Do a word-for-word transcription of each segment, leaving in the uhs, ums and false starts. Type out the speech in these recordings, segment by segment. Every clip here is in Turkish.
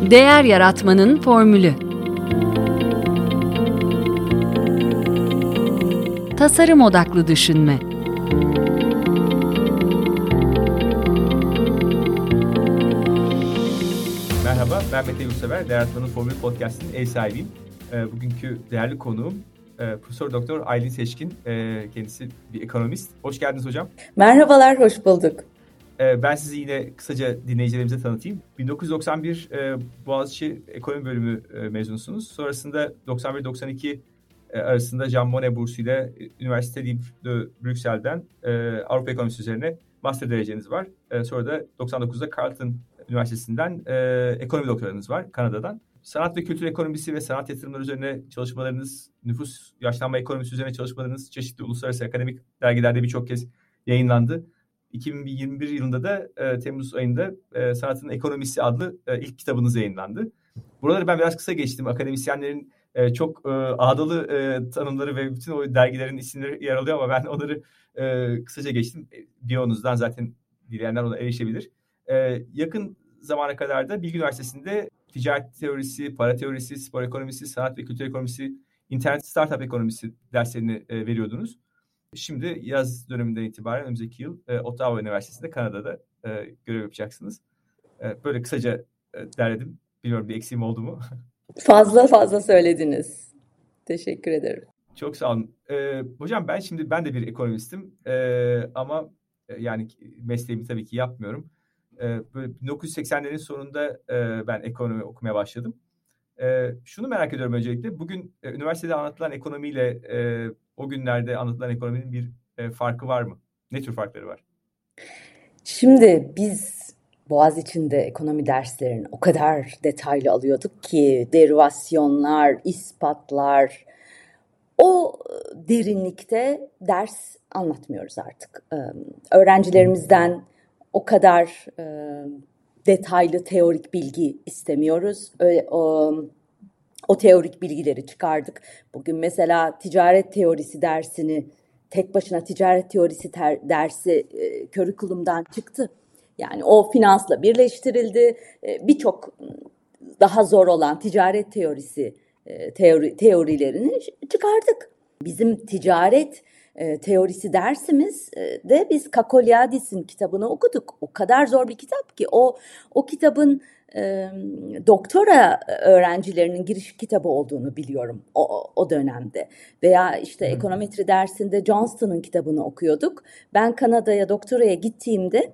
Değer yaratmanın formülü. Tasarım odaklı düşünme. Merhaba, ben Mete Yurtsever, Değer Yaratmanın Formülü Podcast'inin ev sahibiyim. Bugünkü değerli konuğum Profesör Doktor Aylin Seçkin, kendisi bir ekonomist. Hoş geldiniz hocam. Merhabalar, hoş bulduk. Ben sizi yine kısaca dinleyicilerimize tanıtayım. bin dokuz yüz doksan bir Boğaziçi Ekonomi Bölümü mezunusunuz. Sonrasında doksan bir doksan iki arasında Jean Monnet bursuyla Üniversite de Brüksel'den Avrupa Ekonomisi üzerine master dereceniz var. Sonra da doksan dokuzda Carleton Üniversitesi'nden ekonomi doktoranız var, Kanada'dan. Sanat ve kültür ekonomisi ve sanat yatırımları üzerine çalışmalarınız, nüfus yaşlanma ekonomisi üzerine çalışmalarınız çeşitli uluslararası akademik dergilerde birçok kez yayınlandı. iki bin yirmi bir yılında da e, Temmuz ayında e, Sanatın Ekonomisi adlı e, ilk kitabınız yayınlandı. Buraları ben biraz kısa geçtim. Akademisyenlerin e, çok e, ağdalı e, tanımları ve bütün o dergilerin isimleri yer alıyor ama ben onları e, kısaca geçtim. Biyonuzdan zaten dileyenler ona erişebilir. E, yakın zamana kadar da Bilgi Üniversitesi'nde ticaret teorisi, para teorisi, spor ekonomisi, sanat ve kültür ekonomisi, internet startup ekonomisi derslerini e, veriyordunuz. Şimdi yaz döneminden itibaren önümüzdeki yıl e, Ottawa Üniversitesi'nde Kanada'da e, görev yapacaksınız. E, böyle kısaca e, derledim. Bilmiyorum bir eksiğim oldu mu? Fazla fazla söylediniz. Teşekkür ederim. Çok sağ olun. E, hocam ben şimdi ben de bir ekonomistim e, ama e, yani mesleğimi tabii ki yapmıyorum. E, böyle bin dokuz yüz seksenlerin sonunda e, ben ekonomi okumaya başladım. E, şunu merak ediyorum öncelikle. Bugün e, üniversitede anlatılan ekonomiyle e, o günlerde anlatılan ekonominin bir e, farkı var mı? Ne tür farkları var? Şimdi biz Boğaziçi'nde ekonomi derslerini o kadar detaylı alıyorduk ki derivasyonlar, ispatlar, o derinlikte ders anlatmıyoruz artık. Ee, öğrencilerimizden o kadar e, detaylı teorik bilgi istemiyoruz. Öyle, o, o teorik bilgileri çıkardık. Bugün mesela ticaret teorisi dersini tek başına ticaret teorisi ter, dersi e, curriculum'dan çıktı. Yani o finansla birleştirildi. E, birçok daha zor olan ticaret teorisi e, teori, teorilerini çıkardık. Bizim ticaret e, teorisi dersimiz e, de biz Kakoliadis'in kitabını okuduk. O kadar zor bir kitap ki o o kitabın e, doktora öğrencilerinin giriş kitabı olduğunu biliyorum o, o dönemde. Veya işte hmm. ekonometri dersinde Johnston'un kitabını okuyorduk. Ben Kanada'ya doktoraya gittiğimde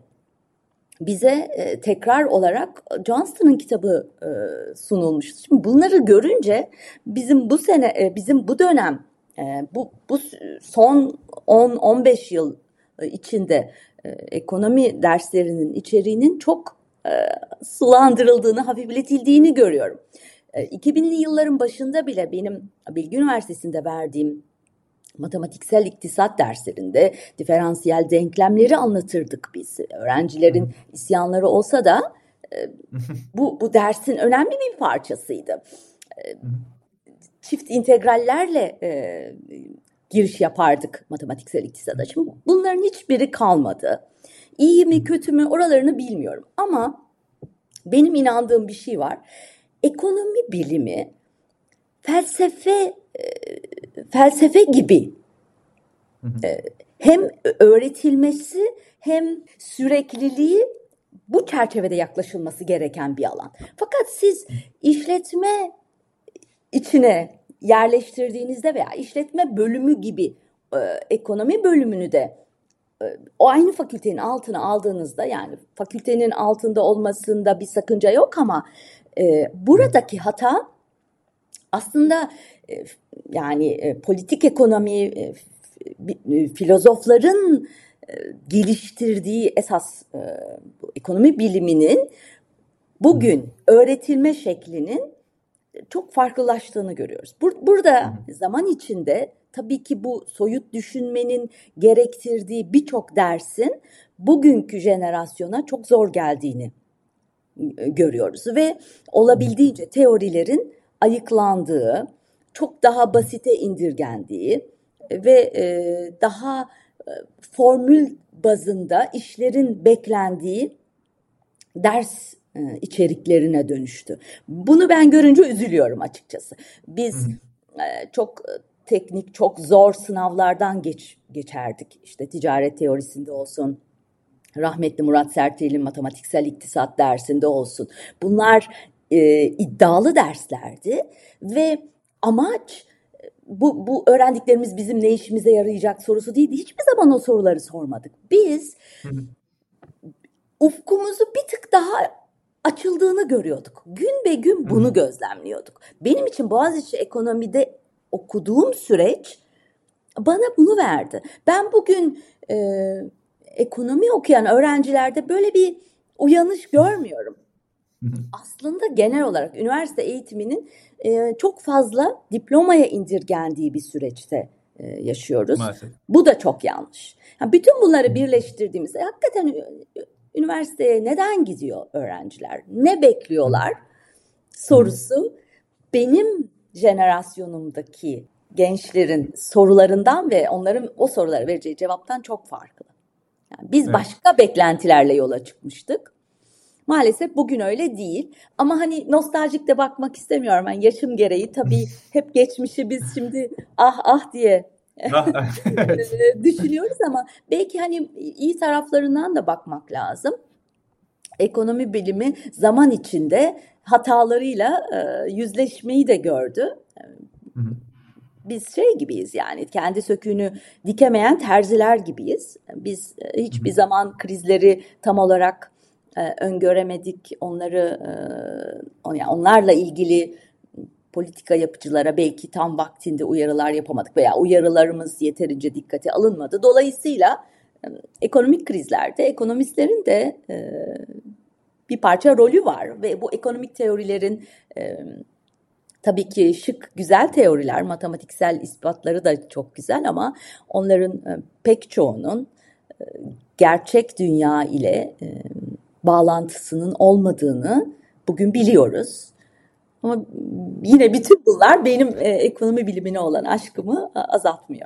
bize e, tekrar olarak Johnston'un kitabı e, sunulmuştu. Şimdi bunları görünce bizim bu sene, e, bizim bu dönem, e, bu, bu son on on beş yıl içinde e, ekonomi derslerinin içeriğinin çok e, sulandırıldığını, hafifletildiğini görüyorum. E, iki binli yılların başında bile benim Bilgi Üniversitesi'nde verdiğim matematiksel iktisat derslerinde diferansiyel denklemleri anlatırdık biz. Öğrencilerin isyanları olsa da e, bu, bu dersin önemli bir parçasıydı. E, çift integrallerle e, giriş yapardık matematiksel iktisada. Şimdi bunların hiçbiri kalmadı. İyi mi kötü mü oralarını bilmiyorum. Ama benim inandığım bir şey var. Ekonomi bilimi felsefe e, felsefe gibi e, hem öğretilmesi hem sürekliliği bu çerçevede yaklaşılması gereken bir alan. Fakat siz işletme içine yerleştirdiğinizde veya işletme bölümü gibi e, ekonomi bölümünü de e, o aynı fakültenin altına aldığınızda, yani fakültenin altında olmasında bir sakınca yok ama e, buradaki hata aslında e, yani e, politik ekonomi e, e, filozofların e, geliştirdiği esas e, bu ekonomi biliminin bugün öğretilme şeklinin çok farklılaştığını görüyoruz. Bur- burada zaman içinde tabii ki bu soyut düşünmenin gerektirdiği birçok dersin bugünkü jenerasyona çok zor geldiğini e, görüyoruz ve olabildiğince teorilerin ayıklandığı, çok daha basite indirgendiği ve e, daha e, formül bazında işlerin beklendiği ders e, içeriklerine dönüştü. Bunu ben görünce üzülüyorum açıkçası. Biz e, çok teknik, çok zor sınavlardan geç, geçerdik. İşte ticaret teorisinde olsun, rahmetli Murat Sertel'in matematiksel iktisat dersinde olsun. Bunlar e, iddialı derslerdi ve amaç bu, bu öğrendiklerimiz bizim ne işimize yarayacak sorusu değildi. Hiçbir zaman o soruları sormadık. Biz ufkumuzu bir tık daha açıldığını görüyorduk. Gün be gün bunu gözlemliyorduk. Benim için Boğaziçi Ekonomi'de okuduğum süreç bana bunu verdi. Ben bugün e, ekonomi okuyan öğrencilerde böyle bir uyanış görmüyorum. Aslında genel olarak üniversite eğitiminin e, çok fazla diplomaya indirgendiği bir süreçte e, yaşıyoruz. Maalesef. Bu da çok yanlış. Yani bütün bunları birleştirdiğimizde hakikaten üniversiteye neden gidiyor öğrenciler? Ne bekliyorlar? Sorusu benim jenerasyonumdaki gençlerin sorularından ve onların o sorulara vereceği cevaptan çok farklı. Yani biz evet. başka beklentilerle yola çıkmıştık. Maalesef bugün öyle değil. Ama hani nostaljik de bakmak istemiyorum. Yani yaşım gereği tabii hep geçmişi biz şimdi ah ah diye düşünüyoruz ama belki hani iyi taraflarından da bakmak lazım. Ekonomi bilimi zaman içinde hatalarıyla e, yüzleşmeyi de gördü. Hı hı. Biz şey gibiyiz yani kendi söküğünü dikemeyen terziler gibiyiz. Biz e, hiçbir hı hı. zaman krizleri tam olarak e, öngöremedik. Onları e, yani onlarla ilgili politika yapıcılara belki tam vaktinde uyarılar yapamadık veya uyarılarımız yeterince dikkate alınmadı. Dolayısıyla e, ekonomik krizlerde ekonomistlerin de e, bir parça rolü var ve bu ekonomik teorilerin e, tabii ki şık, güzel teoriler, matematiksel ispatları da çok güzel ama onların e, pek çoğunun e, gerçek dünya ile e, bağlantısının olmadığını bugün biliyoruz. Ama yine bütün bunlar benim e, ekonomi bilimine olan aşkımı e, azaltmıyor.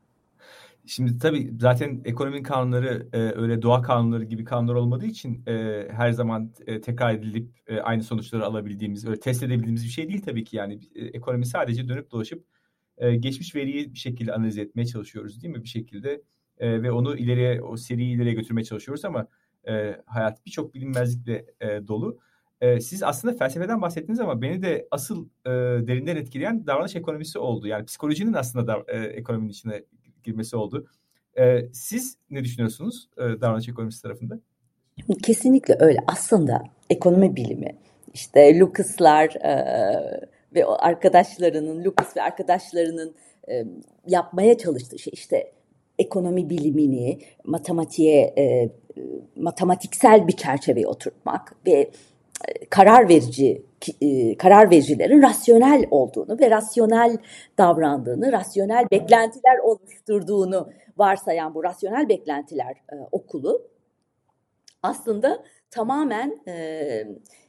Şimdi tabii zaten ekonominin kanunları e, öyle doğa kanunları gibi kanunlar olmadığı için e, her zaman e, tekrar edilip e, aynı sonuçları alabildiğimiz, öyle test edebildiğimiz bir şey değil tabii ki. Yani e, ekonomi sadece dönüp dolaşıp e, geçmiş veriyi bir şekilde analiz etmeye çalışıyoruz değil mi bir şekilde e, ve onu ileriye, o seriyi ileriye götürmeye çalışıyoruz ama e, hayat birçok bilinmezlikle e, dolu. E, siz aslında felsefeden bahsettiniz ama beni de asıl e, derinden etkileyen davranış ekonomisi oldu. Yani psikolojinin aslında da, e, ekonominin içine girmesi oldu. Ee, siz ne düşünüyorsunuz e, davranış ekonomisi tarafında? Kesinlikle öyle. Aslında ekonomi bilimi, işte Lucas'lar e, ve o arkadaşlarının, Lucas ve arkadaşlarının e, yapmaya çalıştığı şey işte ekonomi bilimini matematiğe, e, matematiksel bir çerçeveye oturtmak ve karar verici karar vericilerin rasyonel olduğunu ve rasyonel davrandığını, rasyonel beklentiler oluşturduğunu varsayan bu rasyonel beklentiler e, okulu aslında tamamen e,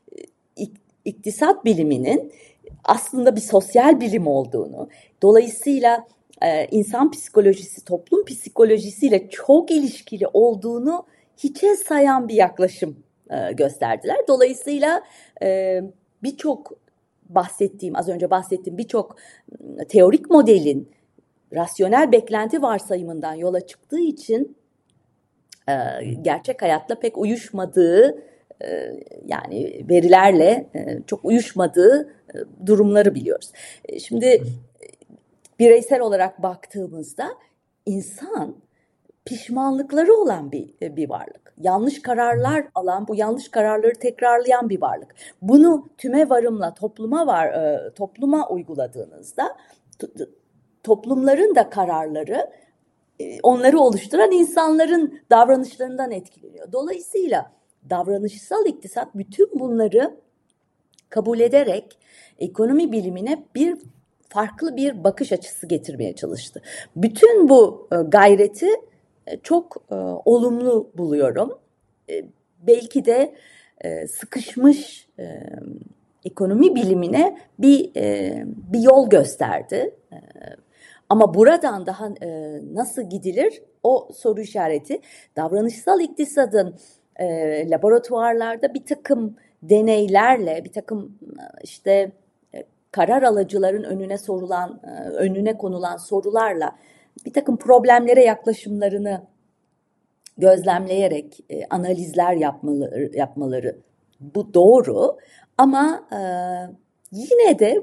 iktisat biliminin aslında bir sosyal bilim olduğunu, dolayısıyla e, insan psikolojisi, toplum psikolojisiyle çok ilişkili olduğunu hiçe sayan bir yaklaşım gösterdiler. Dolayısıyla e, birçok bahsettiğim, az önce bahsettiğim birçok teorik modelin rasyonel beklenti varsayımından yola çıktığı için e, gerçek hayatla pek uyuşmadığı, e, yani verilerle e, çok uyuşmadığı e, durumları biliyoruz. E, şimdi bireysel olarak baktığımızda insan pişmanlıkları olan bir bir varlık. Yanlış kararlar alan, bu yanlış kararları tekrarlayan bir varlık. Bunu tüme varımla topluma var e, topluma uyguladığınızda t- toplumların da kararları e, onları oluşturan insanların davranışlarından etkileniyor. Dolayısıyla davranışsal iktisat bütün bunları kabul ederek ekonomi bilimine bir farklı bir bakış açısı getirmeye çalıştı. Bütün bu e, gayreti çok e, olumlu buluyorum. E, belki de e, sıkışmış e, ekonomi bilimine bir e, bir yol gösterdi. E, ama buradan daha e, nasıl gidilir o soru işareti. Davranışsal iktisadın e, laboratuvarlarda bir takım deneylerle bir takım işte karar alıcıların önüne sorulan, önüne konulan sorularla bir takım problemlere yaklaşımlarını gözlemleyerek e, analizler yapmaları, yapmaları bu doğru ama e, yine de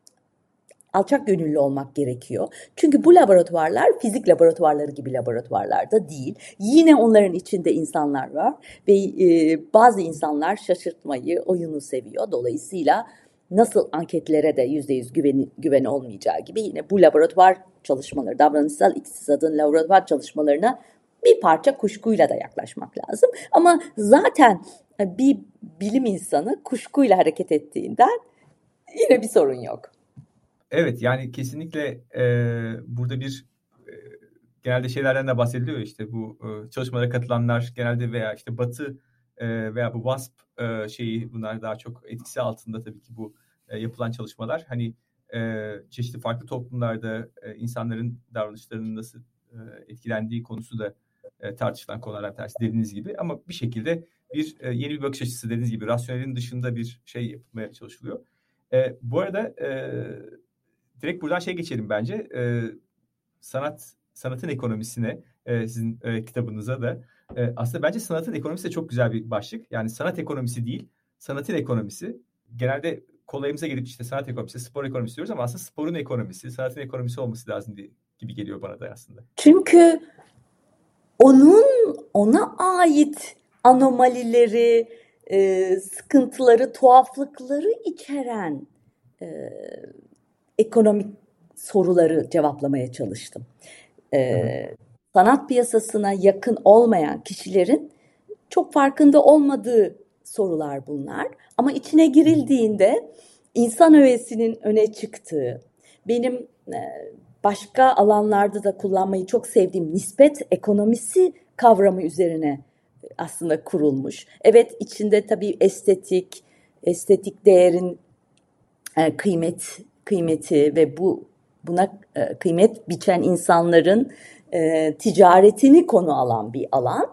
alçak gönüllü olmak gerekiyor. Çünkü bu laboratuvarlar fizik laboratuvarları gibi laboratuvarlarda değil. Yine onların içinde insanlar var ve e, bazı insanlar şaşırtmayı, oyunu seviyor. Dolayısıyla nasıl anketlere de yüzde yüz güveni, güven olmayacağı gibi yine bu laboratuvar çalışmaları, davranışsal iktisadın laboratuvar çalışmalarına bir parça kuşkuyla da yaklaşmak lazım. Ama zaten bir bilim insanı kuşkuyla hareket ettiğinden yine bir sorun yok. Evet, yani kesinlikle e, burada bir e, genelde şeylerden de bahsediliyor, işte bu e, çalışmalara katılanlar genelde veya işte Batı e, veya bu WASP e, şeyi, bunlar daha çok etkisi altında tabii ki bu e, yapılan çalışmalar. Hani e, çeşitli farklı toplumlarda e, insanların davranışlarının nasıl e, etkilendiği konusu da e, tartışılan konulardan bir tanesi dediğiniz gibi. Ama bir şekilde bir e, yeni bir bakış açısı, dediğiniz gibi rasyonelin dışında bir şey yapılmaya çalışılıyor. E, bu arada e, direkt buradan şey geçelim bence. E, sanat sanatın ekonomisine, e, sizin e, kitabınıza da e, aslında bence sanatın ekonomisi de çok güzel bir başlık. Yani sanat ekonomisi değil, sanatın ekonomisi. Genelde kolayımıza gelip işte sanat ekonomisi, spor ekonomisi diyoruz ama aslında sporun ekonomisi, sanatın ekonomisi olması lazım diye, gibi geliyor bana da aslında. Çünkü onun ona ait anomalileri, e, sıkıntıları, tuhaflıkları içeren e, ekonomik soruları cevaplamaya çalıştım. Ee, sanat piyasasına yakın olmayan kişilerin çok farkında olmadığı sorular bunlar. Ama içine girildiğinde insan öğesinin öne çıktığı, benim e, başka alanlarda da kullanmayı çok sevdiğim nispet ekonomisi kavramı üzerine aslında kurulmuş. Evet, içinde tabii estetik, estetik değerin e, kıymet kıymeti ve bu buna e, kıymet biçen insanların e, ticaretini konu alan bir alan.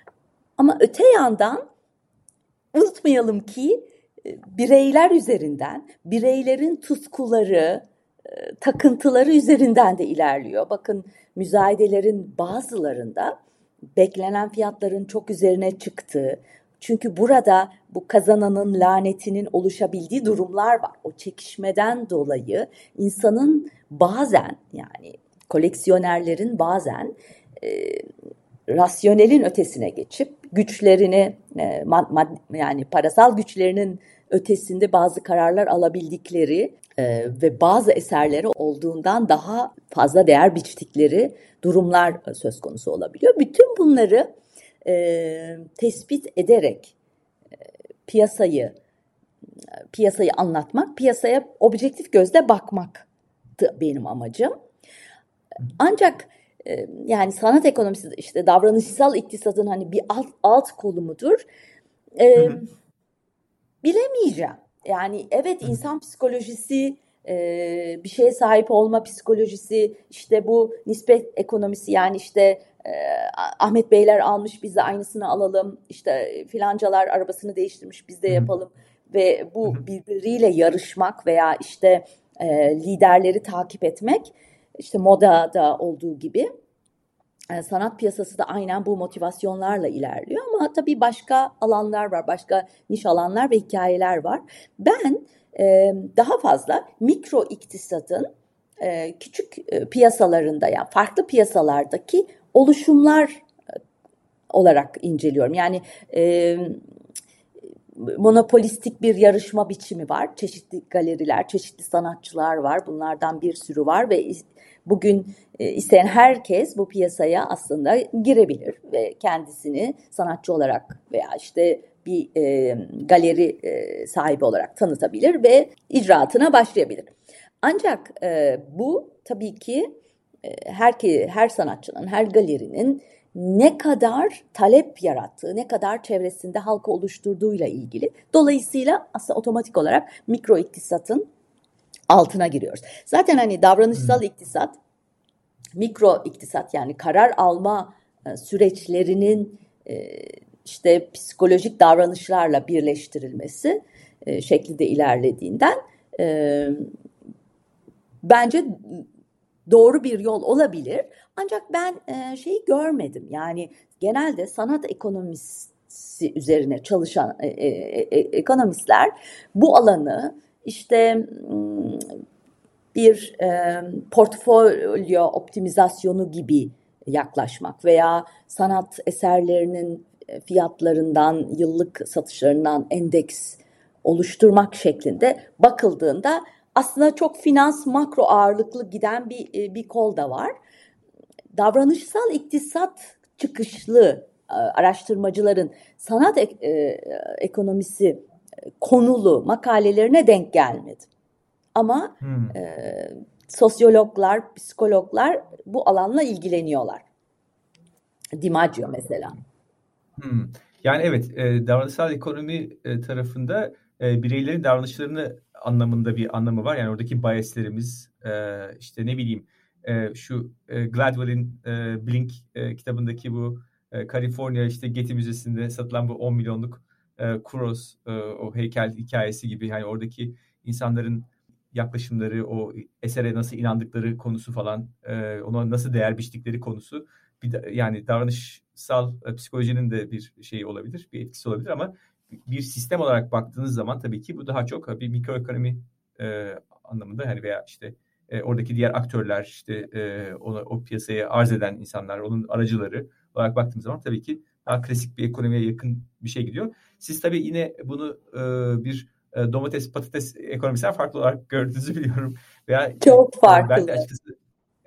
Ama öte yandan unutmayalım ki e, bireyler üzerinden, bireylerin tutkuları, e, takıntıları üzerinden de ilerliyor. Bakın, müzayedelerin bazılarında beklenen fiyatların çok üzerine çıktığı, çünkü burada bu kazananın lanetinin oluşabildiği durumlar var. O çekişmeden dolayı insanın bazen, yani koleksiyonerlerin bazen e, rasyonelin ötesine geçip güçlerini e, mad, mad, yani parasal güçlerinin ötesinde bazı kararlar alabildikleri e, ve bazı eserleri olduğundan daha fazla değer biçtikleri durumlar söz konusu olabiliyor. Bütün bunları e, tespit ederek e, piyasayı piyasayı anlatmak, piyasaya objektif gözle bakmaktı benim amacım. Ancak e, yani sanat ekonomisi, işte davranışsal iktisadın hani bir alt, alt kolu mudur? E, hı hı. Bilemeyeceğim. Yani evet, insan psikolojisi, e, bir şeye sahip olma psikolojisi, işte bu nispet ekonomisi, yani işte e, Ahmet Beyler almış, biz de aynısını alalım, işte filancalar arabasını değiştirmiş, biz de yapalım. Hı-hı. Ve bu Hı-hı. birbiriyle yarışmak veya işte e, liderleri takip etmek, işte modada olduğu gibi e, sanat piyasası da aynen bu motivasyonlarla ilerliyor. Ama tabii başka alanlar var, başka niş alanlar ve hikayeler var. Ben e, daha fazla mikro iktisadın e, küçük e, piyasalarında, yani farklı piyasalardaki oluşumlar e, olarak inceliyorum. Yani e, monopolistik bir yarışma biçimi var. Çeşitli galeriler, çeşitli sanatçılar var. Bunlardan bir sürü var ve bugün e, isteyen herkes bu piyasaya aslında girebilir ve kendisini sanatçı olarak veya işte bir e, galeri e, sahibi olarak tanıtabilir ve icraatına başlayabilir. Ancak e, bu tabii ki e, her, her sanatçının, her galerinin ne kadar talep yarattığı, ne kadar çevresinde halka oluşturduğuyla ilgili. Dolayısıyla aslında otomatik olarak mikro iktisatın altına giriyoruz. Zaten hani davranışsal iktisat, mikro iktisat, yani karar alma süreçlerinin işte psikolojik davranışlarla birleştirilmesi e, şeklinde ilerlediğinden e, bence doğru bir yol olabilir. Ancak ben e, şeyi görmedim. Yani genelde sanat ekonomisi üzerine çalışan e, e, e, ekonomistler bu alanı işte bir e, portfolyo optimizasyonu gibi yaklaşmak veya sanat eserlerinin fiyatlarından, yıllık satışlarından endeks oluşturmak şeklinde bakıldığında aslında çok finans makro ağırlıklı giden bir bir kol da var. Davranışsal iktisat çıkışlı araştırmacıların sanat ek, e, ekonomisi konulu makalelerine denk gelmedim. Ama hmm. e, sosyologlar, psikologlar bu alanla ilgileniyorlar. DiMaggio mesela. Hmm. Yani evet, e, davranışsal ekonomi e, tarafında e, bireylerin davranışlarını anlamında bir anlamı var. Yani oradaki biaslerimiz, e, işte ne bileyim, e, şu e, Gladwell'in e, Blink e, kitabındaki bu e, Kaliforniya işte Getty Müzesi'nde satılan bu on milyonluk e, Kuros e, o heykel hikayesi gibi, yani oradaki insanların yaklaşımları, o esere nasıl inandıkları konusu falan, e, ona nasıl değer biçtikleri konusu, bir de, yani davranışsal e, psikolojinin de bir şey olabilir, bir etkisi olabilir ama bir sistem olarak baktığınız zaman tabii ki bu daha çok bir mikroekonomi e, anlamında, hani veya işte e, oradaki diğer aktörler, işte e, ona, o piyasaya arz eden insanlar, onun aracıları olarak baktığımız zaman tabii ki daha klasik bir ekonomiye yakın bir şey gidiyor. Siz tabii yine bunu e, bir e, domates patates ekonomisinden farklı olarak gördüğünüzü biliyorum. Veya çok farklı. Ben de açıkçası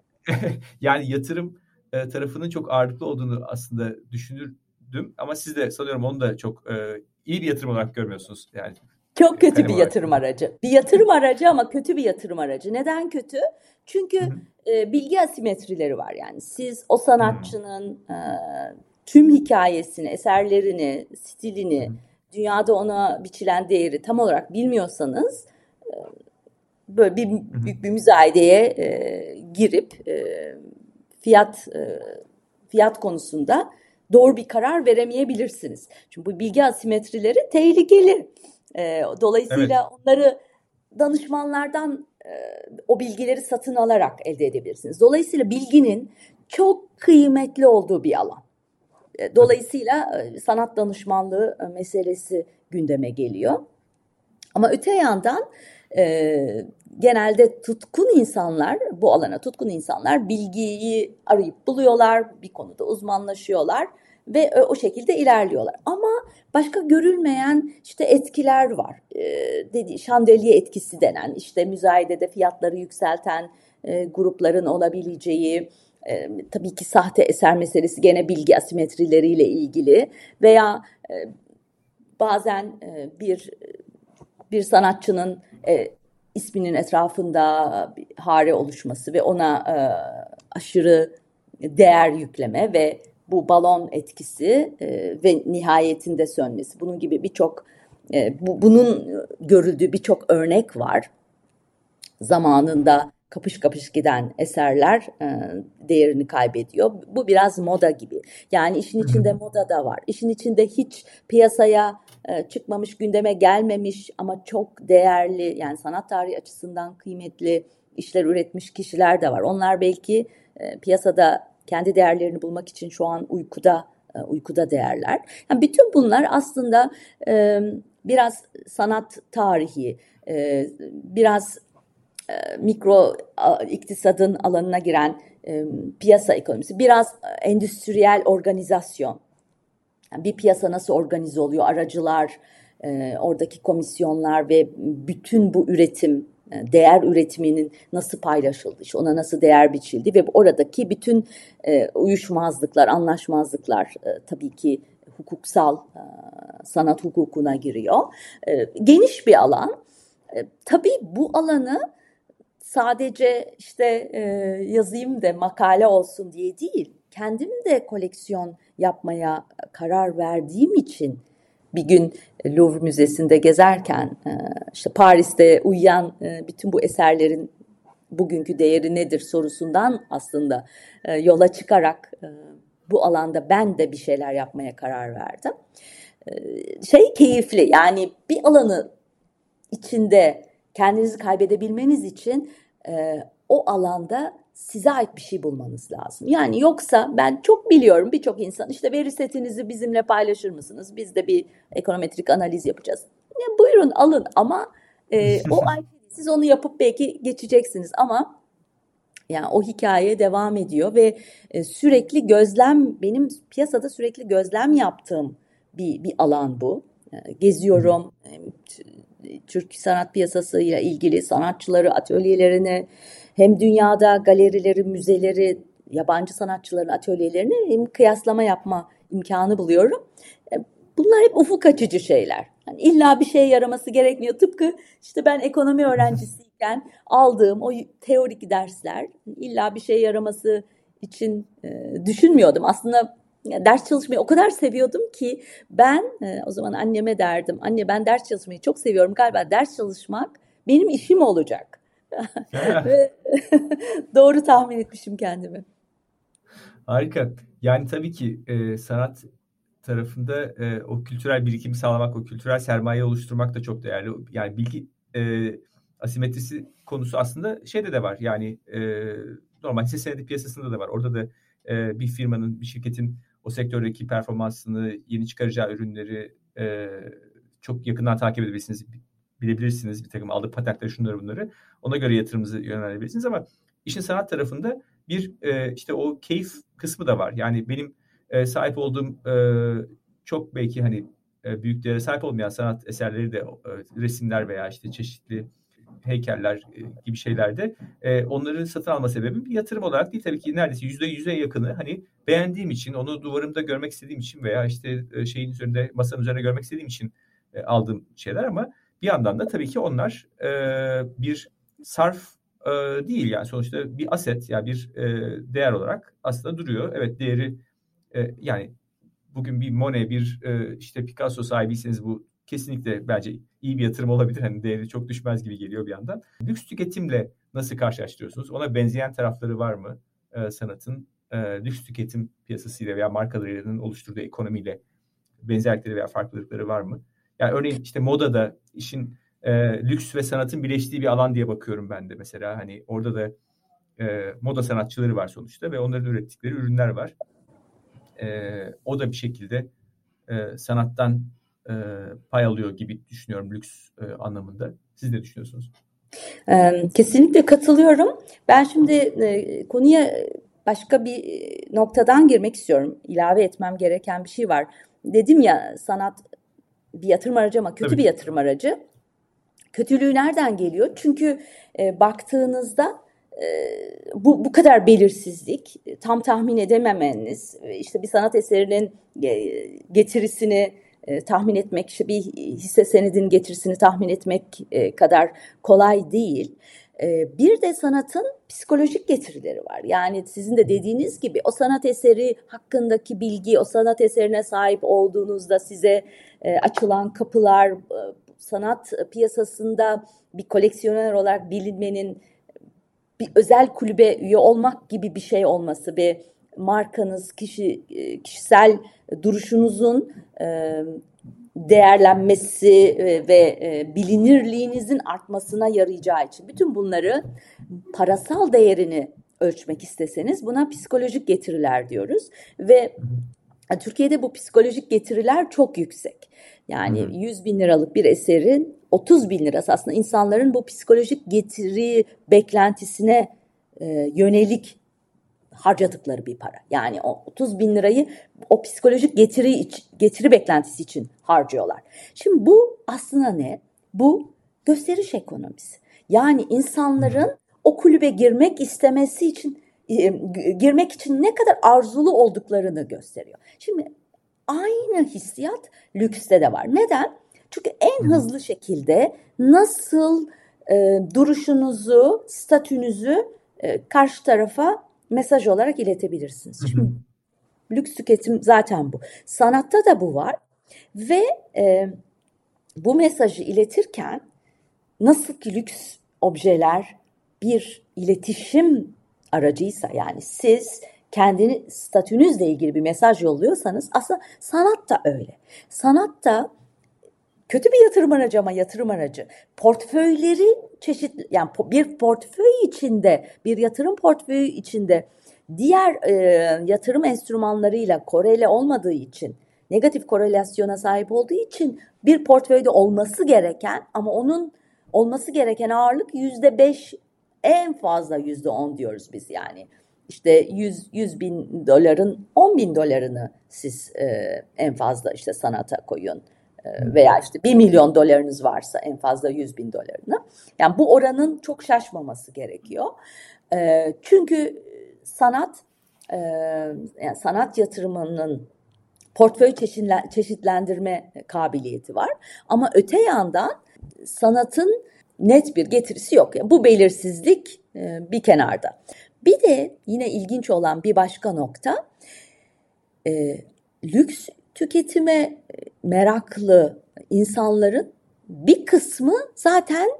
yani yatırım e, tarafının çok ağırlıklı olduğunu aslında düşünürdüm ama siz de sanıyorum onu da çok e, iyi bir yatırım olarak görmüyorsunuz yani. Çok kötü bir yatırım aracı. Bir yatırım aracı ama kötü bir yatırım aracı. Neden kötü? Çünkü e, bilgi asimetrileri var. Yani siz o sanatçının e, tüm hikayesini, eserlerini, stilini, Hı-hı. dünyada ona biçilen değeri tam olarak bilmiyorsanız e, böyle bir Hı-hı. büyük bir müzayedeye e, girip e, fiyat e, fiyat konusunda doğru bir karar veremeyebilirsiniz. Çünkü bu bilgi asimetrileri tehlikeli. E, dolayısıyla evet. onları danışmanlardan e, o bilgileri satın alarak elde edebilirsiniz. Dolayısıyla bilginin çok kıymetli olduğu bir alan. E, dolayısıyla e, sanat danışmanlığı e, meselesi gündeme geliyor. Ama öte yandan e, genelde tutkun insanlar, bu alana tutkun insanlar bilgiyi arayıp buluyorlar, bir konuda uzmanlaşıyorlar ve o şekilde ilerliyorlar. Ama başka görülmeyen işte etkiler var. E, dedi, şandelye etkisi denen, işte müzayedede fiyatları yükselten e, grupların olabileceği, e, tabii ki sahte eser meselesi gene bilgi asimetrileriyle ilgili veya e, bazen e, bir bir sanatçının e, isminin etrafında bir hare oluşması ve ona e, aşırı değer yükleme ve bu balon etkisi e, ve nihayetinde sönmesi. Bunun gibi birçok e, bu, bunun görüldüğü birçok örnek var. Zamanında kapış kapış giden eserler e, değerini kaybediyor. Bu biraz moda gibi. Yani işin içinde moda da var. İşin içinde hiç piyasaya e, çıkmamış, gündeme gelmemiş ama çok değerli, yani sanat tarihi açısından kıymetli işler üretmiş kişiler de var. Onlar belki e, piyasada kendi değerlerini bulmak için şu an uykuda e, uykuda değerler. Yani bütün bunlar aslında e, biraz sanat tarihi, e, biraz e, mikro a, iktisadın alanına giren e, piyasa ekonomisi, biraz endüstriyel organizasyon. Yani bir piyasa nasıl organize oluyor, aracılar, e, oradaki komisyonlar ve bütün bu üretim, e, değer üretiminin nasıl paylaşıldı, işte ona nasıl değer biçildi ve oradaki bütün e, uyuşmazlıklar, anlaşmazlıklar e, tabii ki hukuksal, e, sanat hukukuna giriyor. E, geniş bir alan. E, tabii bu alanı sadece işte e, yazayım da makale olsun diye değil, kendim de koleksiyon yapmaya karar verdiğim için bir gün Louvre Müzesi'nde gezerken e, işte Paris'te uyuyan e, bütün bu eserlerin bugünkü değeri nedir sorusundan aslında e, yola çıkarak e, bu alanda ben de bir şeyler yapmaya karar verdim. Şey keyifli, yani bir alanı içinde kendinizi kaybedebilmeniz için e, o alanda size ait bir şey bulmanız lazım. Yani yoksa ben çok biliyorum, birçok insan işte veri setinizi bizimle paylaşır mısınız? Biz de bir ekonometrik analiz yapacağız. Ya, buyurun alın ama e, o ay siz onu yapıp belki geçeceksiniz ama yani o hikaye devam ediyor ve e, sürekli gözlem, benim piyasada sürekli gözlem yaptığım bir, bir alan bu. E, geziyorum. E, Türk sanat piyasasıyla ilgili sanatçıları, atölyelerini, hem dünyada galerileri, müzeleri, yabancı sanatçıların atölyelerini hem kıyaslama yapma imkanı buluyorum. Bunlar hep ufuk açıcı şeyler. Yani illa bir şeye yaraması gerekmiyor. Tıpkı işte ben ekonomi öğrencisiyken aldığım o teorik dersler illa bir şeye yaraması için e, düşünmüyordum. Aslında ders çalışmayı o kadar seviyordum ki ben e, o zaman anneme derdim. Anne, ben ders çalışmayı çok seviyorum. Galiba ders çalışmak benim işim olacak. Ve doğru tahmin etmişim kendimi. Harika. Yani tabii ki e, sanat tarafında e, o kültürel birikimi sağlamak, o kültürel sermaye oluşturmak da çok değerli. Yani bilgi e, asimetrisi konusu aslında şeyde de var. Yani e, normal hisse senedi piyasasında da var. Orada da e, bir firmanın, bir şirketin o sektördeki performansını, yeni çıkaracağı ürünleri e, çok yakından takip edebilirsiniz, bilebilirsiniz. Bir takım aldığı patentleri, şunları bunları. Ona göre yatırımınızı yönlendirebilirsiniz ama işin sanat tarafında bir e, işte o keyif kısmı da var. Yani benim e, sahip olduğum e, çok belki hani e, büyük değere sahip olmayan sanat eserleri de e, resimler veya işte çeşitli heykeller e, gibi şeylerde e, onları satın alma sebebim bir yatırım olarak değil, tabii ki neredeyse yüzde yüze yakını hani beğendiğim için, onu duvarımda görmek istediğim için veya işte e, şeyin üzerinde, masanın üzerinde görmek istediğim için e, aldığım şeyler ama bir yandan da tabii ki onlar e, bir sarf e, değil, yani sonuçta bir aset, yani bir e, değer olarak aslında duruyor. Evet, değeri e, yani bugün bir Monet, bir e, işte Picasso sahibiyseniz bu kesinlikle bence iyi bir yatırım olabilir. Hani değeri çok düşmez gibi geliyor bir yandan. Lüks tüketimle nasıl karşılaştırıyorsunuz? Ona benzeyen tarafları var mı e, sanatın? E, lüks tüketim piyasasıyla veya markalarının oluşturduğu ekonomiyle benzerlikleri veya farklılıkları var mı? Yani örneğin işte modada işin e, lüks ve sanatın birleştiği bir alan diye bakıyorum ben de mesela. Hani orada da e, moda sanatçıları var sonuçta ve onların ürettikleri ürünler var. E, o da bir şekilde e, sanattan e, pay alıyor gibi düşünüyorum lüks e, anlamında. Siz ne düşünüyorsunuz? Ee, Kesinlikle katılıyorum. Ben şimdi e, konuya başka bir noktadan girmek istiyorum. İlave etmem gereken bir şey var. Dedim ya, sanat bir yatırım aracı ama kötü Tabii. bir yatırım aracı. Kötülüğü nereden geliyor? Çünkü e, baktığınızda e, bu bu kadar belirsizlik, tam tahmin edememeniz, işte bir sanat eserinin e, getirisini e, tahmin etmek, işte bir hisse senedinin getirisini tahmin etmek e, kadar kolay değil. E, bir de sanatın psikolojik getirileri var. Yani sizin de dediğiniz gibi o sanat eseri hakkındaki bilgi, o sanat eserine sahip olduğunuzda size e, açılan kapılar, e, sanat piyasasında bir koleksiyoner olarak bilinmenin, bir özel kulübe üye olmak gibi bir şey olması ve markanız, kişi kişisel duruşunuzun değerlenmesi ve bilinirliğinizin artmasına yarayacağı için, bütün bunları, parasal değerini ölçmek isteseniz buna psikolojik getiriler diyoruz ve Türkiye'de bu psikolojik getiriler çok yüksek. Yani hı hı. yüz bin liralık bir eserin otuz bin lirası aslında insanların bu psikolojik getiri beklentisine e, yönelik harcadıkları bir para. Yani o otuz bin lirayı o psikolojik getiri iç, getiri beklentisi için harcıyorlar. Şimdi bu aslında ne? Bu gösteriş ekonomisi. Yani insanların o kulübe girmek istemesi için, girmek için ne kadar arzulu olduklarını gösteriyor. Şimdi aynı hissiyat lükste de var. Neden? Çünkü en hızlı şekilde nasıl e, duruşunuzu, statünüzü e, karşı tarafa mesaj olarak iletebilirsiniz. Şimdi lüks tüketim zaten bu. Sanatta da bu var ve e, bu mesajı iletirken nasıl ki lüks objeler bir iletişim aracıysa, yani siz kendini statünüzle ilgili bir mesaj yolluyorsanız aslında sanat da öyle. Sanat da kötü bir yatırım aracı ama yatırım aracı. Portföyleri çeşitli, yani bir portföy içinde, bir yatırım portföyü içinde diğer e, yatırım enstrümanlarıyla korele olmadığı için, negatif korelasyona sahip olduğu için bir portföyde olması gereken ama onun olması gereken ağırlık yüzde beş, en fazla yüzde on diyoruz biz yani. İşte yüz, yüz bin doların on bin dolarını siz e, en fazla işte sanata koyun. Veya işte bir milyon dolarınız varsa en fazla yüz bin dolarını. Yani bu oranın çok şaşmaması gerekiyor. E, çünkü sanat e, yani sanat yatırımının portföy çeşitlendirme kabiliyeti var. Ama öte yandan sanatın net bir getirisi yok. Yani bu belirsizlik e, bir kenarda. Bir de yine ilginç olan bir başka nokta, e, lüks tüketime meraklı insanların bir kısmı zaten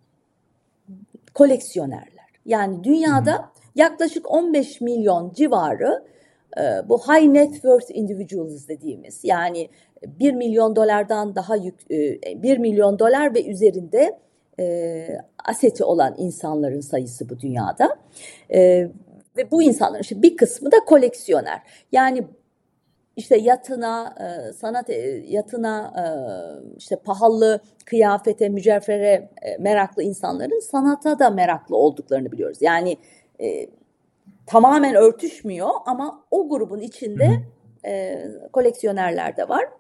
koleksiyonerler. Yani dünyada yaklaşık on beş milyon civarı e, bu high net worth individuals dediğimiz, yani bir milyon dolardan daha yük, e, bir milyon dolar ve üzerinde e, aseti olan insanların sayısı bu dünyada. E, ve bu insanların işte bir kısmı da koleksiyoner. Yani İşte yatına, sanat yatına, işte pahalı kıyafete, mücevhere meraklı insanların sanata da meraklı olduklarını biliyoruz. Yani e, tamamen örtüşmüyor ama o grubun içinde e, koleksiyonerler de var.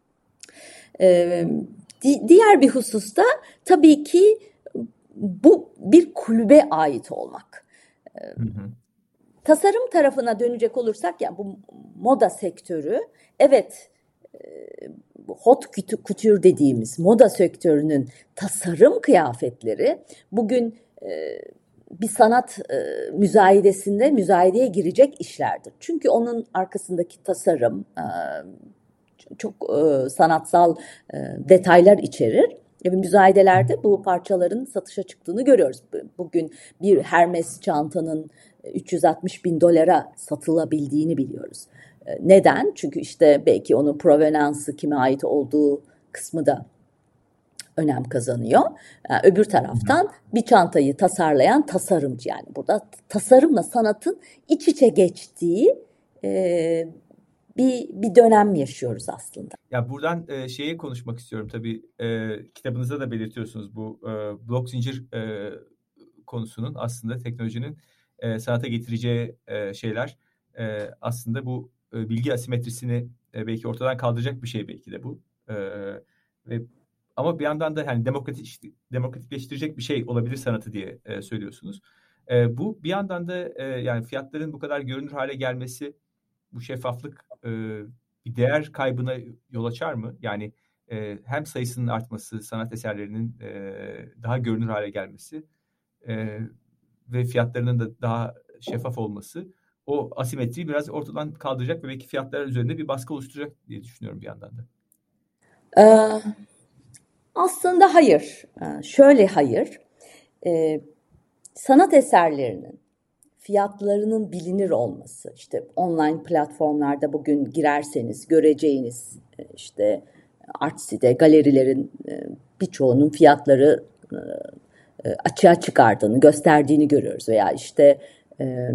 E, di, diğer bir hususta tabii ki bu bir kulübe ait olmak. E, hı hı. Tasarım tarafına dönecek olursak, yani bu moda sektörü, evet, hot couture dediğimiz moda sektörünün tasarım kıyafetleri bugün bir sanat müzayedesinde müzayedeye girecek işlerdir. Çünkü onun arkasındaki tasarım çok sanatsal detaylar içerir. Ve müzayedelerde bu parçaların satışa çıktığını görüyoruz. Bugün bir Hermes çantanın üç yüz altmış bin dolara satılabildiğini biliyoruz. Neden? Çünkü işte belki onun provenansı, kime ait olduğu kısmı da önem kazanıyor. Yani öbür taraftan bir çantayı tasarlayan tasarımcı, yani burada tasarımla sanatın iç içe geçtiği e, bir bir dönem yaşıyoruz aslında. Ya buradan e, şeyi konuşmak istiyorum tabii, e, kitabınızda da belirtiyorsunuz bu e, blok zincir e, konusunun aslında teknolojinin e, sanata getireceği e, şeyler, e, aslında bu e, bilgi asimetrisini e, belki ortadan kaldıracak bir şey belki de bu. E, ve ama bir yandan da hani demokratik demokratikleştirecek bir şey olabilir sanatı diye e, söylüyorsunuz. E, bu bir yandan da e, yani fiyatların bu kadar görünür hale gelmesi, bu şeffaflık e, bir değer kaybına yol açar mı? Yani e, hem sayısının artması, sanat eserlerinin e, daha görünür hale gelmesi e, ve fiyatlarının da daha şeffaf olması o asimetriyi biraz ortadan kaldıracak ve belki fiyatlar üzerinde bir baskı oluşturacak diye düşünüyorum bir yandan da. Ee, aslında hayır. Ee, şöyle hayır. Ee, sanat eserlerinin fiyatlarının bilinir olması, işte online platformlarda bugün girerseniz göreceğiniz, işte Artsi'de galerilerin birçoğunun fiyatları açığa çıkardığını, gösterdiğini görüyoruz. Veya işte e,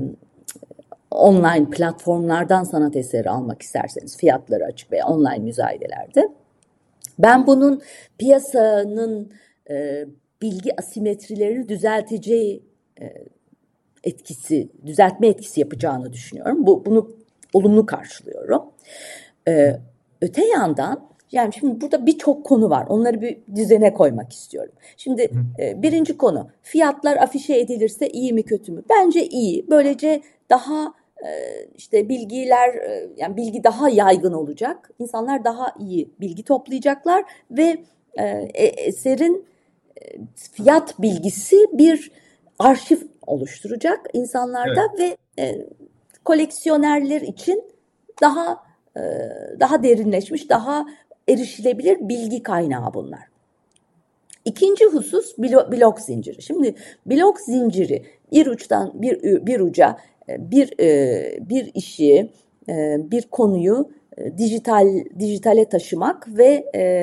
online platformlardan sanat eseri almak isterseniz fiyatları açık veya online müzayedelerde. Ben bunun piyasanın e, bilgi asimetrilerini düzelteceği e, etkisi, düzeltme etkisi yapacağını düşünüyorum. Bu, bunu olumlu karşılıyorum. Ee, öte yandan, yani şimdi burada birçok konu var. Onları bir düzene koymak istiyorum. Şimdi e, birinci konu, fiyatlar afişe edilirse iyi mi kötü mü? Bence iyi. Böylece daha e, işte bilgiler, e, yani bilgi daha yaygın olacak. İnsanlar daha iyi bilgi toplayacaklar ve e, eserin e, fiyat bilgisi bir arşiv oluşturacak insanlarda, evet. Ve e, koleksiyonerler için daha e, daha derinleşmiş, daha erişilebilir bilgi kaynağı bunlar. İkinci husus blok, blok zinciri. Şimdi blok zinciri bir uçtan bir bir uca bir bir işi, bir konuyu dijital dijitale taşımak ve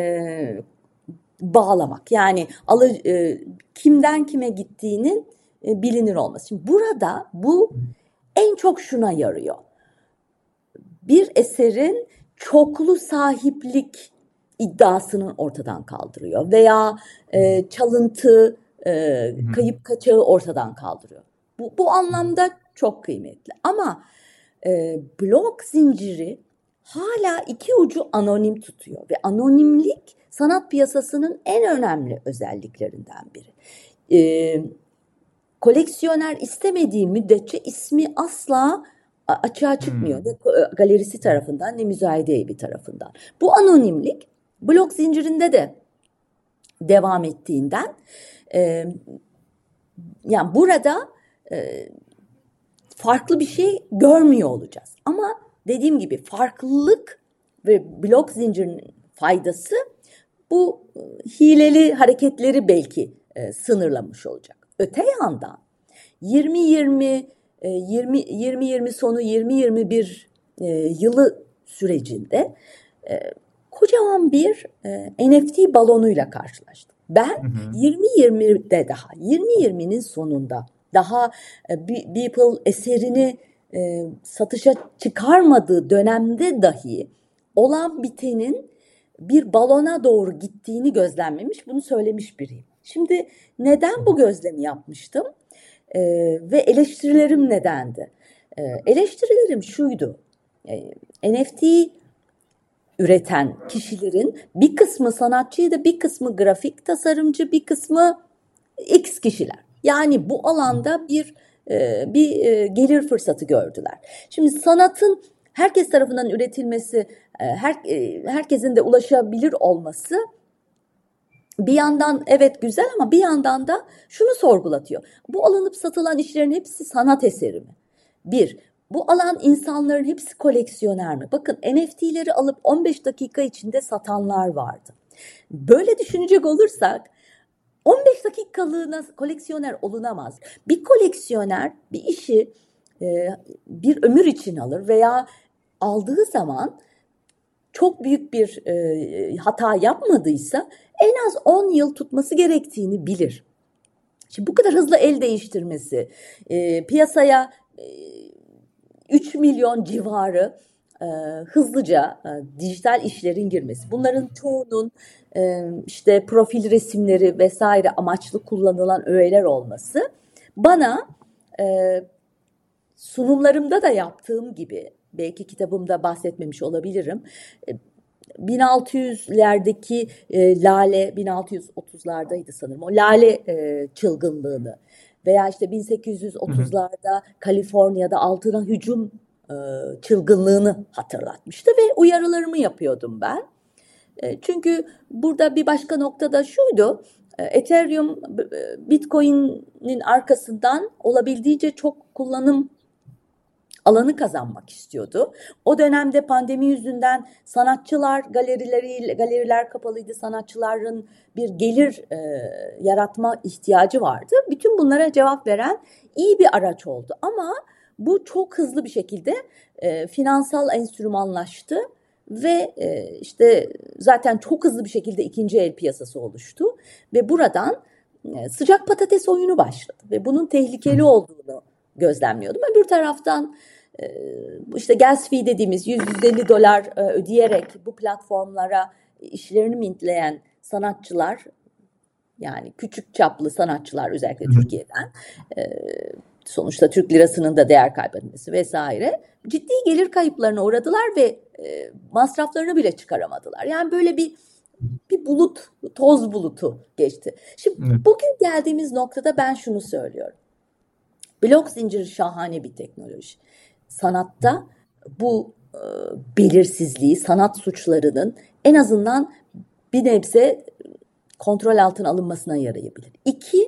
bağlamak. Yani alı, kimden kime gittiğinin bilinir olması. Şimdi burada bu en çok şuna yarıyor. Bir eserin çoklu sahiplik iddiasını ortadan kaldırıyor veya e, çalıntı, e, kayıp kaçağı ortadan kaldırıyor. Bu, bu anlamda çok kıymetli. Ama e, blok zinciri hala iki ucu anonim tutuyor ve anonimlik sanat piyasasının en önemli özelliklerinden biri. E, koleksiyoner istemediği müddetçe ismi asla açığa çıkmıyor. Hmm. Ne galerisi tarafından ne müzayede evi tarafından. Bu anonimlik blok zincirinde de devam ettiğinden e, yani burada e, farklı bir şey görmüyor olacağız. Ama dediğim gibi farklılık ve blok zincirinin faydası bu hileli hareketleri belki e, sınırlamış olacak. Öte yandan yirmi yirmi yirmi yirmi sonu yirmi yirmi bir e, yılı sürecinde e, kocaman bir e, N F T balonuyla karşılaştım. Ben hı hı. yirmi yirmide daha yirmi yirminin sonunda daha e, Beeple eserini e, satışa çıkarmadığı dönemde dahi olan bitenin bir balona doğru gittiğini gözlemlemiş, bunu söylemiş biriyim. Şimdi neden bu gözlemi yapmıştım? Ee, ve eleştirilerim nedendi? Ee, eleştirilerim şuydu. Ee, N F T üreten kişilerin bir kısmı sanatçıydı, bir kısmı grafik tasarımcı, bir kısmı X kişiler. Yani bu alanda bir e, bir e, gelir fırsatı gördüler. Şimdi sanatın herkes tarafından üretilmesi, e, her e, herkesin de ulaşabilir olması bir yandan evet güzel ama bir yandan da şunu sorgulatıyor. Bu alınıp satılan işlerin hepsi sanat eseri mi? Bir, bu alan insanların hepsi koleksiyoner mi? Bakın N F T'leri alıp on beş dakika içinde satanlar vardı. Böyle düşünecek olursak on beş dakikalığına koleksiyoner olunamaz. Bir koleksiyoner bir işi e, bir ömür için alır veya aldığı zaman çok büyük bir e, hata yapmadıysa en az on yıl tutması gerektiğini bilir. Şimdi bu kadar hızlı el değiştirmesi, e, piyasaya e, üç milyon civarı e, hızlıca e, dijital işlerin girmesi, bunların çoğunun e, işte profil resimleri vesaire amaçlı kullanılan öğeler olması bana e, sunumlarımda da yaptığım gibi, belki kitabımda bahsetmemiş olabilirim, bin altı yüzlerdeki e, Lale, bin altı yüz otuzlardaydı sanırım o Lale e, çılgınlığını veya işte bin sekiz yüz otuzlarda Kaliforniya'da altına hücum e, çılgınlığını hatırlatmıştı ve uyarılarımı yapıyordum ben. E, çünkü burada bir başka noktada şuydu, e, Ethereum Bitcoin'in arkasından olabildiğince çok kullanım alanı kazanmak istiyordu. O dönemde pandemi yüzünden sanatçılar galerileri galeriler kapalıydı. Sanatçıların bir gelir e, yaratma ihtiyacı vardı. Bütün bunlara cevap veren iyi bir araç oldu. Ama bu çok hızlı bir şekilde e, finansal enstrümanlaştı ve e, işte zaten çok hızlı bir şekilde ikinci el piyasası oluştu ve buradan e, sıcak patates oyunu başladı ve bunun tehlikeli olduğunu gözlemliyordum. Öbür taraftan işte gas fee dediğimiz yüz yüz elli dolar ödeyerek bu platformlara işlerini mintleyen sanatçılar, yani küçük çaplı sanatçılar özellikle Türkiye'den, sonuçta Türk lirasının da değer kaybetmesi vesaire, ciddi gelir kayıplarına uğradılar ve masraflarını bile çıkaramadılar. Yani böyle bir bir bulut, toz bulutu geçti. Şimdi bugün geldiğimiz noktada ben şunu söylüyorum. Blok zinciri şahane bir teknoloji. Sanatta bu e, belirsizliği, sanat suçlarının en azından bir nebze kontrol altına alınmasına yarayabilir. İki,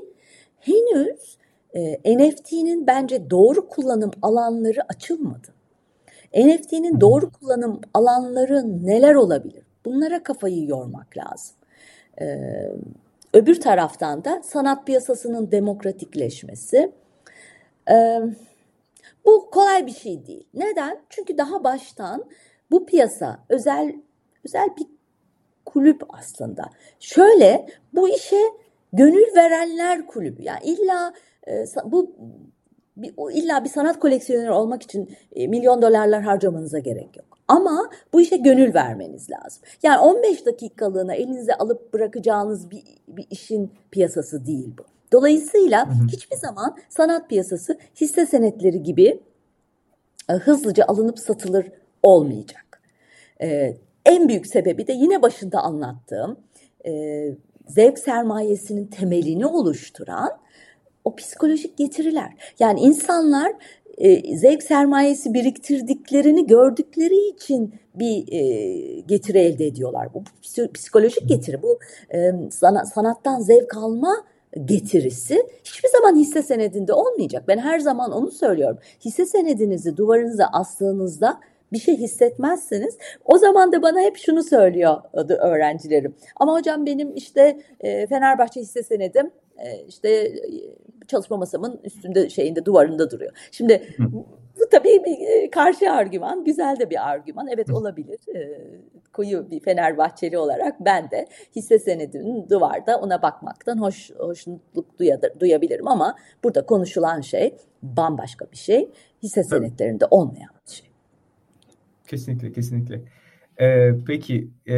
henüz e, N F T'nin bence doğru kullanım alanları açılmadı. N F T'nin doğru kullanım alanları neler olabilir? Bunlara kafayı yormak lazım. E, öbür taraftan da sanat piyasasının demokratikleşmesi. E, Bu kolay bir şey değil. Neden? Çünkü daha baştan bu piyasa özel özel bir kulüp aslında. Şöyle, bu işe gönül verenler kulübü. Yani illa e, bu bir, illa bir sanat koleksiyoneri olmak için e, milyon dolarlar harcamanıza gerek yok. Ama bu işe gönül vermeniz lazım. Yani on beş dakikalığına elinize alıp bırakacağınız bir, bir işin piyasası değil bu. Dolayısıyla hı hı. hiçbir zaman sanat piyasası hisse senetleri gibi e, hızlıca alınıp satılır olmayacak. E, en büyük sebebi de yine başında anlattığım e, zevk sermayesinin temelini oluşturan o psikolojik getiriler. Yani insanlar e, zevk sermayesi biriktirdiklerini gördükleri için bir e, getiri elde ediyorlar. Bu psikolojik getiri, bu e, sanat, sanattan zevk alma getirisi hiçbir zaman hisse senedinde olmayacak. Ben her zaman onu söylüyorum. Hisse senedinizi duvarınıza astığınızda bir şey hissetmezseniz, o zaman da bana hep şunu söylüyordu öğrencilerim. Ama hocam benim işte e, Fenerbahçe hisse senedim e, işte e, çalışma masamın üstünde şeyinde duvarında duruyor. Şimdi Hı. bu, bu tabii bir karşı argüman, güzel de bir argüman. Evet, olabilir. E, koyu bir Fenerbahçeli olarak ben de hisse senedinin duvarda ona bakmaktan hoş hoşnutluk duyadır, duyabilirim ama burada konuşulan şey bambaşka bir şey. Hisse senetlerinde olmayan bir şey. Kesinlikle, kesinlikle. Ee, peki, e,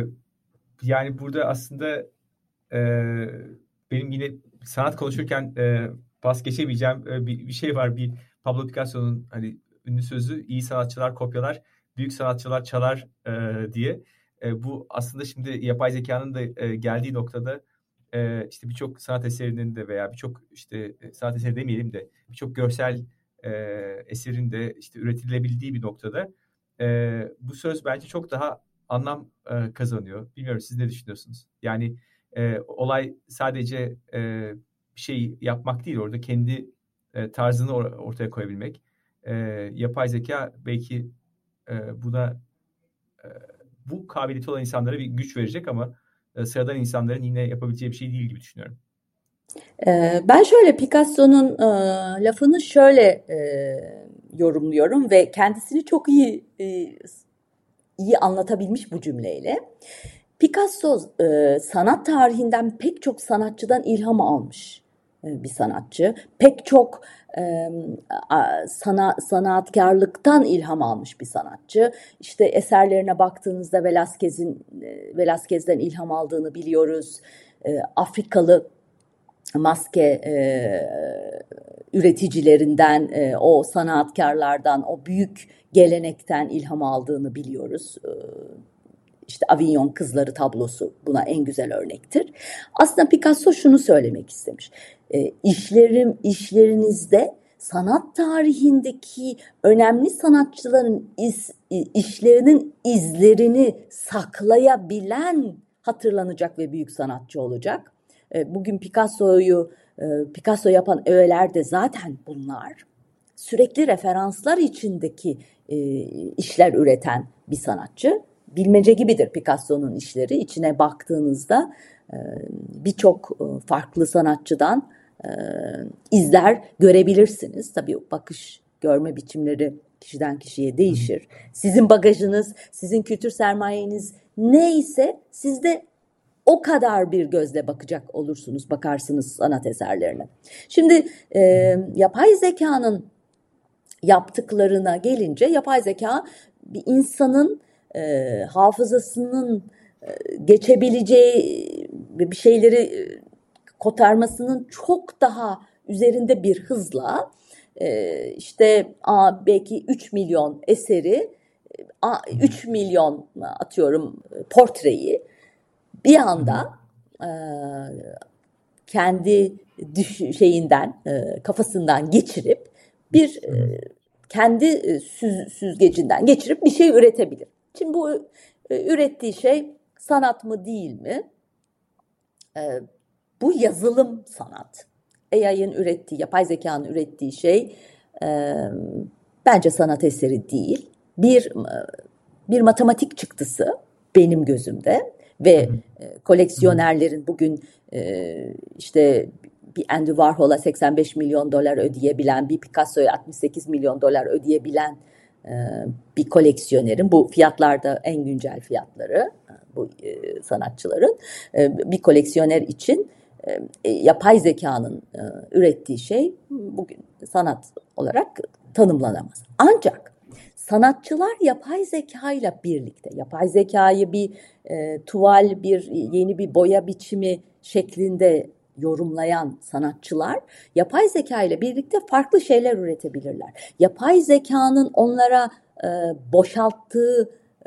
yani burada aslında e, benim yine sanat konuşurken e, bas geçemeyeceğim e, bir, bir şey var. Bir Pablo Picasso'nun hani ünlü sözü, iyi sanatçılar kopyalar, büyük sanatçılar çalar e, diye. E, bu aslında şimdi yapay zekanın da e, geldiği noktada e, işte birçok sanat eserinin de veya birçok işte sanat eseri demeyelim de birçok görsel e, eserin de işte üretilebildiği bir noktada Ee, bu söz bence çok daha anlam e, kazanıyor. Bilmiyorum, siz ne düşünüyorsunuz? Yani e, olay sadece e, bir şey yapmak değil, orada kendi e, tarzını or- ortaya koyabilmek. E, yapay zeka belki e, buna e, bu kabiliyeti olan insanlara bir güç verecek ama e, sıradan insanların yine yapabileceği bir şey değil gibi düşünüyorum. Ee, ben şöyle Picasso'nun e, lafını şöyle e, yorumluyorum ve kendisini çok iyi e, iyi anlatabilmiş bu cümleyle. Picasso e, sanat tarihinden pek çok sanatçıdan ilham almış e, bir sanatçı. Pek çok e, sana, sanatkarlıktan ilham almış bir sanatçı. İşte eserlerine baktığınızda Velázquez'in e, Velázquez'den ilham aldığını biliyoruz. E, Afrikalı maske e, üreticilerinden, e, o sanatkarlardan, o büyük gelenekten ilham aldığını biliyoruz. E, işte Avignon Kızları tablosu buna en güzel örnektir. Aslında Picasso şunu söylemek istemiş. E, işlerim, işlerinizde sanat tarihindeki önemli sanatçıların iz, işlerinin izlerini saklayabilen hatırlanacak ve büyük sanatçı olacak. Bugün Picasso'yu Picasso yapan öğeler de zaten bunlar. Sürekli referanslar içindeki e, işler üreten bir sanatçı. Bilmece gibidir Picasso'nun işleri. İçine baktığınızda e, birçok e, farklı sanatçıdan e, izler görebilirsiniz. Tabii bakış, görme biçimleri kişiden kişiye değişir. Sizin bagajınız, sizin kültür sermayeniz neyse siz de o kadar bir gözle bakacak olursunuz, bakarsınız sanat eserlerine. Şimdi e, yapay zekanın yaptıklarına gelince, yapay zeka bir insanın e, hafızasının e, geçebileceği ve bir şeyleri e, kotarmasının çok daha üzerinde bir hızla e, işte a, belki üç milyon eseri, a, üç milyon atıyorum portreyi bir anda e, kendi düş şeyinden, e, kafasından geçirip bir e, kendi süz, süzgecinden geçirip bir şey üretebilir. Şimdi bu e, ürettiği şey sanat mı değil mi? E, bu yazılım sanat. A I'ın ürettiği, yapay zekanın ürettiği şey e, bence sanat eseri değil. Bir bir matematik çıktısı benim gözümde. Ve e, koleksiyonerlerin bugün e, işte bir Andy Warhol'a seksen beş milyon dolar ödeyebilen, bir Picasso'ya altmış sekiz milyon dolar ödeyebilen e, bir koleksiyonerin, bu fiyatlarda en güncel fiyatları bu e, sanatçıların, e, bir koleksiyoner için e, yapay zekanın e, ürettiği şey bugün sanat olarak tanımlanamaz. Ancak sanatçılar yapay zeka ile birlikte, yapay zekayı bir e, tuval, bir yeni bir boya biçimi şeklinde yorumlayan sanatçılar, yapay zeka ile birlikte farklı şeyler üretebilirler. Yapay zekanın onlara e, boşalttığı e,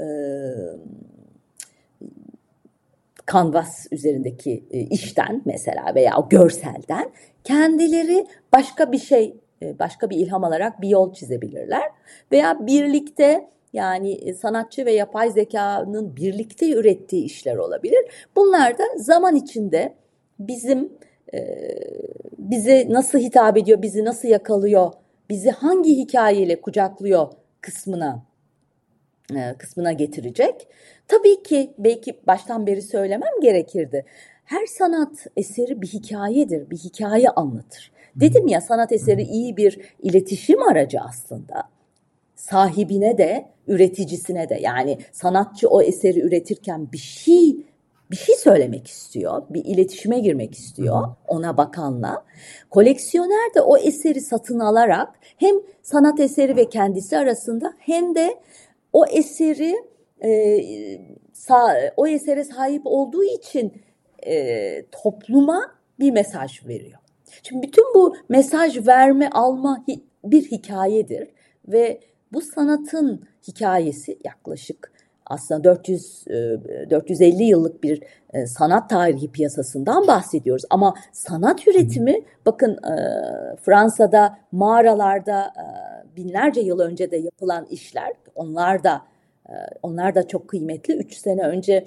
kanvas üzerindeki e, işten mesela veya o görselden kendileri başka bir şey, başka bir ilham alarak bir yol çizebilirler. Veya birlikte, yani sanatçı ve yapay zekanın birlikte ürettiği işler olabilir. Bunlar da zaman içinde bizim e, bize nasıl hitap ediyor, bizi nasıl yakalıyor, bizi hangi hikayeyle kucaklıyor kısmına e, kısmına getirecek. Tabii ki belki baştan beri söylemem gerekirdi. Her sanat eseri bir hikayedir, bir hikaye anlatır. Dedim ya, sanat eseri iyi bir iletişim aracı aslında. Sahibine de, üreticisine de, yani sanatçı o eseri üretirken bir şey bir şey söylemek istiyor, bir iletişime girmek istiyor ona bakanla. Koleksiyoner de o eseri satın alarak hem sanat eseri ve kendisi arasında hem de o eseri e, sa- o esere sahip olduğu için e, topluma bir mesaj veriyor. Şimdi bütün bu mesaj verme alma bir hikayedir ve bu sanatın hikayesi yaklaşık aslında dört yüz dört yüz elli yıllık bir sanat tarihi piyasasından bahsediyoruz. Ama sanat üretimi, bakın Fransa'da mağaralarda binlerce yıl önce de yapılan işler, onlar da onlar da çok kıymetli. Üç sene önce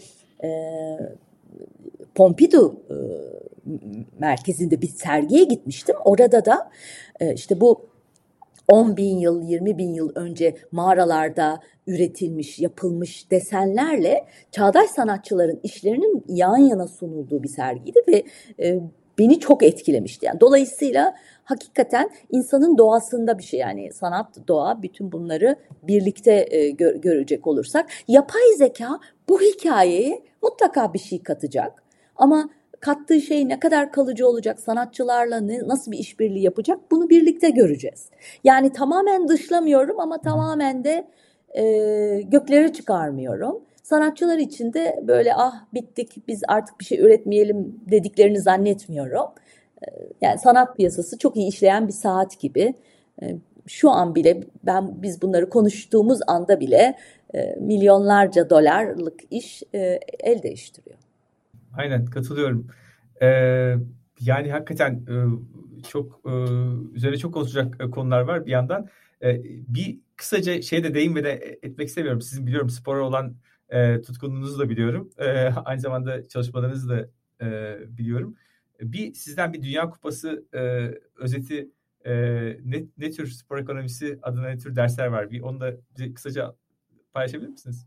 Pompidou merkezinde bir sergiye gitmiştim. Orada da işte bu on bin yıl, yirmi bin yıl önce mağaralarda üretilmiş, yapılmış desenlerle çağdaş sanatçıların işlerinin yan yana sunulduğu bir sergiydi ve e, beni çok etkilemişti. Yani dolayısıyla hakikaten insanın doğasında bir şey, yani sanat, doğa, bütün bunları birlikte e, gö- görecek olursak yapay zeka bu hikayeye mutlaka bir şey katacak. Ama kattığı şey ne kadar kalıcı olacak, sanatçılarla ne, nasıl bir işbirliği yapacak, bunu birlikte göreceğiz. Yani tamamen dışlamıyorum ama tamamen de e, göklere çıkarmıyorum. Sanatçılar için de böyle ah bittik biz artık bir şey üretmeyelim dediklerini zannetmiyorum. E, yani sanat piyasası çok iyi işleyen bir saat gibi. E, şu an bile ben biz bunları konuştuğumuz anda bile e, milyonlarca dolarlık iş e, el değiştiriyor. Aynen, katılıyorum. Ee, yani hakikaten e, çok e, üzerine çok konuşacak konular var bir yandan. E, bir kısaca şeye de değinmeden etmek istemiyorum. Sizin biliyorum spora olan e, tutkununuzu da biliyorum. E, aynı zamanda çalışmalarınızı da e, biliyorum. Bir sizden bir Dünya Kupası e, özeti, e, ne, ne tür spor ekonomisi adına ne tür dersler var? Bir onu da bize kısaca paylaşabilir misiniz?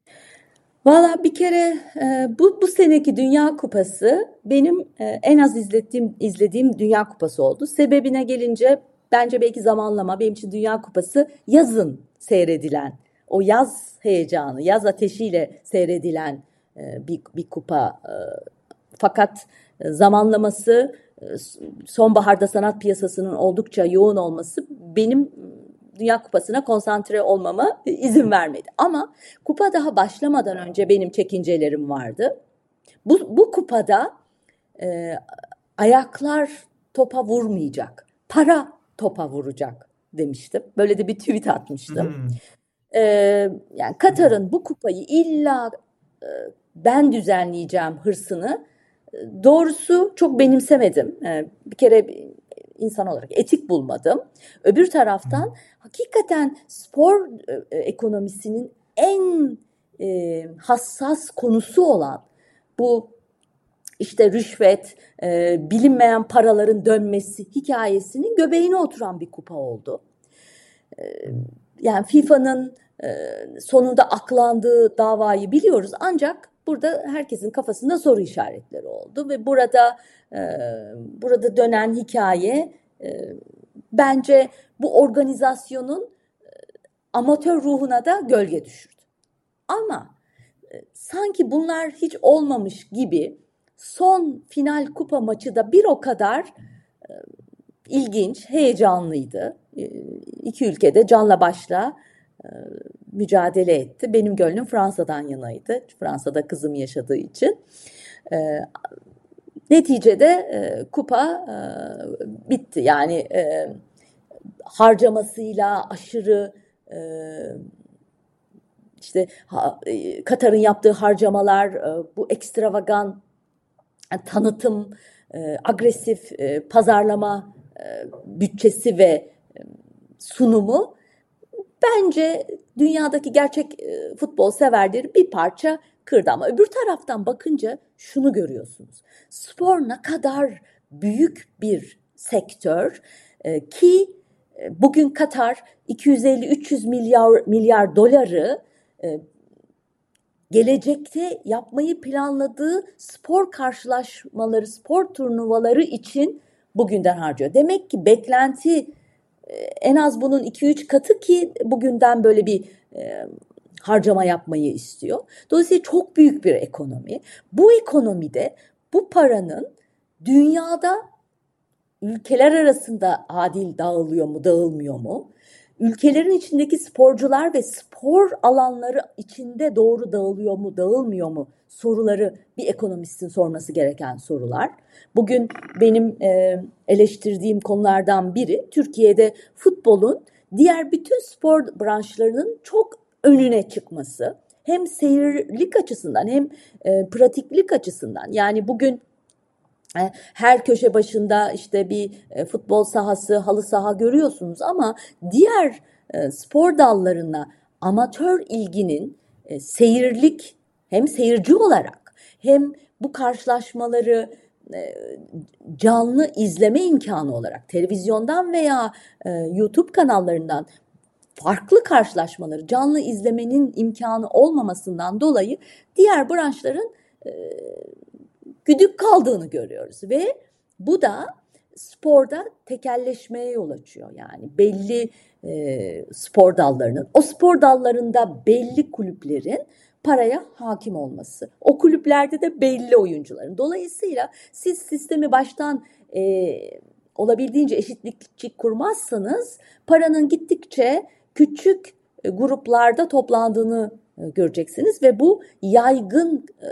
Valla bir kere e, bu bu seneki Dünya Kupası benim e, en az izlediğim izlediğim Dünya Kupası oldu. Sebebine gelince bence belki zamanlama, benim için Dünya Kupası yazın seyredilen, o yaz heyecanı, yaz ateşiyle seyredilen e, bir bir kupa. E, fakat e, zamanlaması, e, sonbaharda sanat piyasasının oldukça yoğun olması benim Dünya Kupası'na konsantre olmama izin vermedi. Ama kupa daha başlamadan önce benim çekincelerim vardı. Bu, bu kupada e, ayaklar topa vurmayacak, para topa vuracak demiştim. Böyle de bir tweet atmıştım. Hmm. E, yani Katar'ın bu kupayı illa e, ben düzenleyeceğim hırsını e, doğrusu çok benimsemedim. E, bir kere insan olarak etik bulmadım. Öbür taraftan hmm. hakikaten spor e, ekonomisinin en e, hassas konusu olan bu işte rüşvet, e, bilinmeyen paraların dönmesi hikayesinin göbeğine oturan bir kupa oldu. E, yani FIFA'nın e, sonunda aklandığı davayı biliyoruz, ancak Burada herkesin kafasında soru işaretleri oldu ve burada e, burada dönen hikaye e, bence bu organizasyonun e, amatör ruhuna da gölge düşürdü. Ama e, sanki bunlar hiç olmamış gibi son final kupa maçı da bir o kadar e, ilginç, heyecanlıydı. E, iki ülkede canla başla e, mücadele etti. Benim gönlüm Fransa'dan yanaydı. Fransa'da kızım yaşadığı için. E, neticede e, kupa e, bitti. Yani e, harcamasıyla aşırı e, işte ha, e, Katar'ın yaptığı harcamalar, e, bu ekstravagan e, tanıtım, e, agresif e, pazarlama e, bütçesi ve e, sunumu bence dünyadaki gerçek e, futbol severleri bir parça kırdı. Ama öbür taraftan bakınca şunu görüyorsunuz. Spor ne kadar büyük bir sektör e, ki e, bugün Katar iki yüz elli üç yüz milyar milyar doları e, gelecekte yapmayı planladığı spor karşılaşmaları, spor turnuvaları için bugünden harcıyor. Demek ki beklenti en az bunun iki üç katı ki bugünden böyle bir e, harcama yapmayı istiyor. Dolayısıyla çok büyük bir ekonomi. Bu ekonomide bu paranın dünyada ülkeler arasında adil dağılıyor mu, dağılmıyor mu? Ülkelerin içindeki sporcular ve spor alanları içinde doğru dağılıyor mu, dağılmıyor mu soruları bir ekonomistin sorması gereken sorular. Bugün benim e, eleştirdiğim konulardan biri Türkiye'de futbolun diğer bütün spor branşlarının çok önüne çıkması. Hem seyirlik açısından hem e, pratiklik açısından. Yani bugün her köşe başında işte bir futbol sahası, halı saha görüyorsunuz ama diğer spor dallarına amatör ilginin seyirlik hem seyirci olarak hem bu karşılaşmaları canlı izleme imkanı olarak televizyondan veya YouTube kanallarından farklı karşılaşmaları canlı izlemenin imkanı olmamasından dolayı diğer branşların güdük kaldığını görüyoruz ve bu da sporda tekelleşmeye yol açıyor. Yani belli e, spor dallarının, o spor dallarında belli kulüplerin paraya hakim olması. O kulüplerde de belli oyuncuların. Dolayısıyla siz sistemi baştan e, olabildiğince eşitlikçi kurmazsanız paranın gittikçe küçük e, gruplarda toplandığını e, göreceksiniz ve bu yaygın e,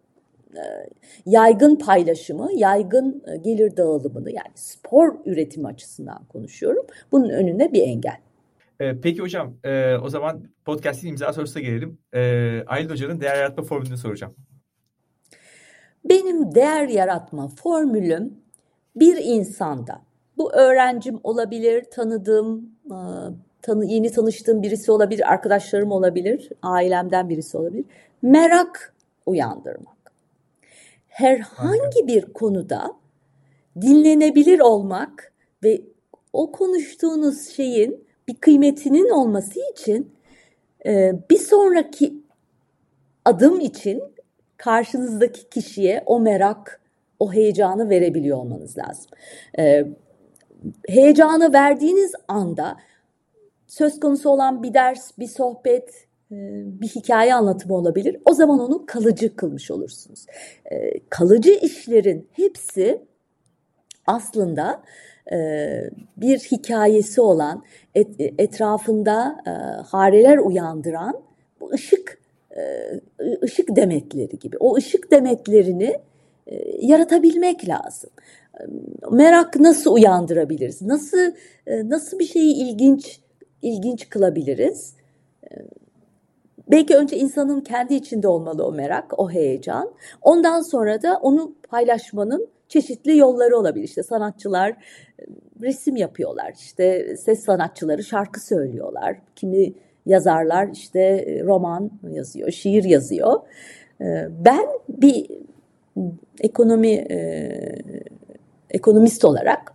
yaygın paylaşımı, yaygın gelir dağılımını yani spor üretimi açısından konuşuyorum. Bunun önüne bir engel. Peki hocam, o zaman podcast'in imza sorusuna gelelim. Aylin Hoca'nın değer yaratma formülünü soracağım. Benim değer yaratma formülüm bir insanda, bu öğrencim olabilir, tanıdığım, tanı, yeni tanıştığım birisi olabilir, arkadaşlarım olabilir, ailemden birisi olabilir. Merak uyandırmak. Herhangi bir konuda dinlenebilir olmak ve o konuştuğunuz şeyin bir kıymetinin olması için e, bir sonraki adım için karşınızdaki kişiye o merak, o heyecanı verebiliyor olmanız lazım. E, heyecanı verdiğiniz anda söz konusu olan bir ders, bir sohbet, bir hikaye anlatımı olabilir. O zaman onu kalıcı kılmış olursunuz. Kalıcı işlerin hepsi aslında bir hikayesi olan, etrafında hareler uyandıran bu ışık ışık demetleri gibi. O ışık demetlerini yaratabilmek lazım. Merak nasıl uyandırabiliriz? Nasıl nasıl bir şeyi ilginç ilginç kılabiliriz? Belki önce insanın kendi içinde olmalı o merak, o heyecan. Ondan sonra da onu paylaşmanın çeşitli yolları olabilir. İşte sanatçılar resim yapıyorlar, işte ses sanatçıları şarkı söylüyorlar. Kimi yazarlar işte roman yazıyor, şiir yazıyor. Ben bir ekonomi ekonomist olarak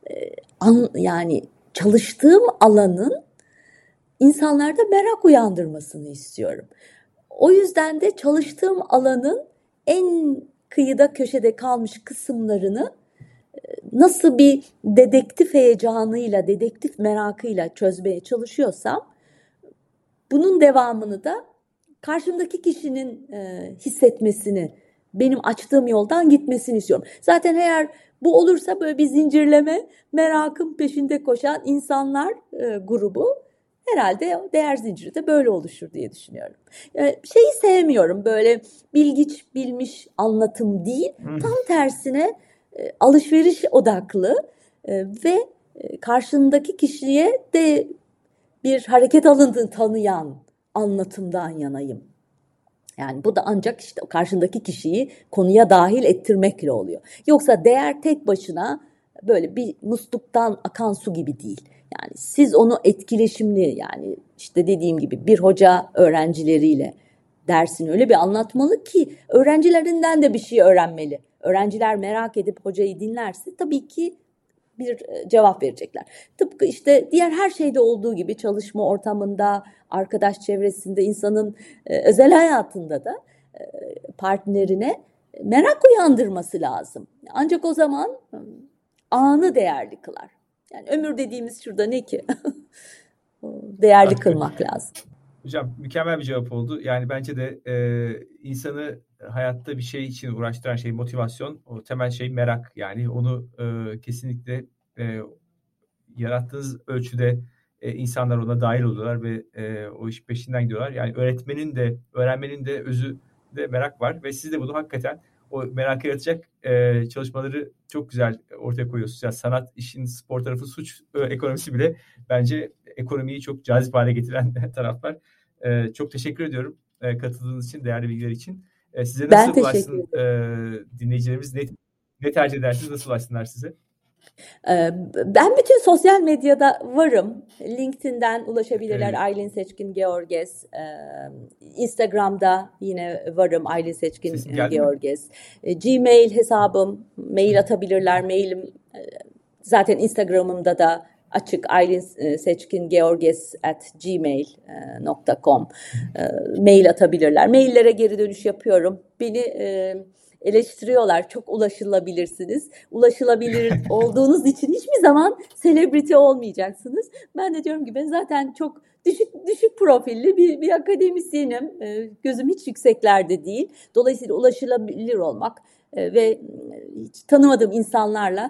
yani çalıştığım alanın İnsanlarda merak uyandırmasını istiyorum. O yüzden de çalıştığım alanın en kıyıda köşede kalmış kısımlarını nasıl bir dedektif heyecanıyla, dedektif merakıyla çözmeye çalışıyorsam, bunun devamını da karşımdaki kişinin e, hissetmesini, benim açtığım yoldan gitmesini istiyorum. Zaten eğer bu olursa böyle bir zincirleme, merakın peşinde koşan insanlar e, grubu herhalde değer zinciri de böyle oluşur diye düşünüyorum. E, şeyi sevmiyorum, böyle bilgiç bilmiş anlatım değil, tam tersine e, alışveriş odaklı e, ve e, karşındaki kişiye de bir hareket alındığını tanıyan anlatımdan yanayım. Yani bu da ancak işte karşındaki kişiyi konuya dahil ettirmekle oluyor. Yoksa değer tek başına böyle bir musluktan akan su gibi değil. Yani siz onu etkileşimli, yani işte dediğim gibi bir hoca öğrencileriyle dersini öyle bir anlatmalı ki öğrencilerinden de bir şey öğrenmeli. Öğrenciler merak edip hocayı dinlerse tabii ki bir cevap verecekler. Tıpkı işte diğer her şeyde olduğu gibi çalışma ortamında, arkadaş çevresinde, insanın özel hayatında da partnerine merak uyandırması lazım. Ancak o zaman anı değerli kılar. Yani ömür dediğimiz şurada ne ki? Değerli kılmak lazım. Hocam mükemmel bir cevap oldu. Yani bence de e, insanı hayatta bir şey için uğraştıran şey motivasyon, o temel şey merak. Yani onu e, kesinlikle e, yarattığınız ölçüde e, insanlar ona dahil oluyorlar ve e, o iş peşinden gidiyorlar. Yani öğretmenin de, öğrenmenin de özü de merak var ve siz de bunu hakikaten o merakı yaratacak e, çalışmaları çok güzel ortaya koyuyorsunuz. Yani sanat, işin spor tarafı, suç e, ekonomisi bile bence ekonomiyi çok cazip hale getiren taraflar. E, çok teşekkür ediyorum e, katıldığınız için, değerli bilgiler için. E, size nasıl ulaşsın e, dinleyicilerimiz? Ne, ne tercih edersiniz? Nasıl ulaşsınlar size? Ben bütün sosyal medyada varım. LinkedIn'den ulaşabilirler. Evet. Aylin Seçkin Georges. Instagram'da yine varım. Aylin Seçkin Georges. Gmail hesabım. Mail atabilirler. Mailim zaten Instagram'ımda da açık. Aylin Seçkin Georges at gmail nokta com. Mail atabilirler. Maillere geri dönüş yapıyorum. Beni eleştiriyorlar. Çok ulaşılabilirsiniz. Ulaşılabilir olduğunuz için hiçbir zaman selebriti olmayacaksınız. Ben de diyorum ki ben zaten çok düşük düşük profilli bir, bir akademisyenim. Gözüm hiç yükseklerde değil. Dolayısıyla ulaşılabilir olmak ve hiç tanımadığım insanlarla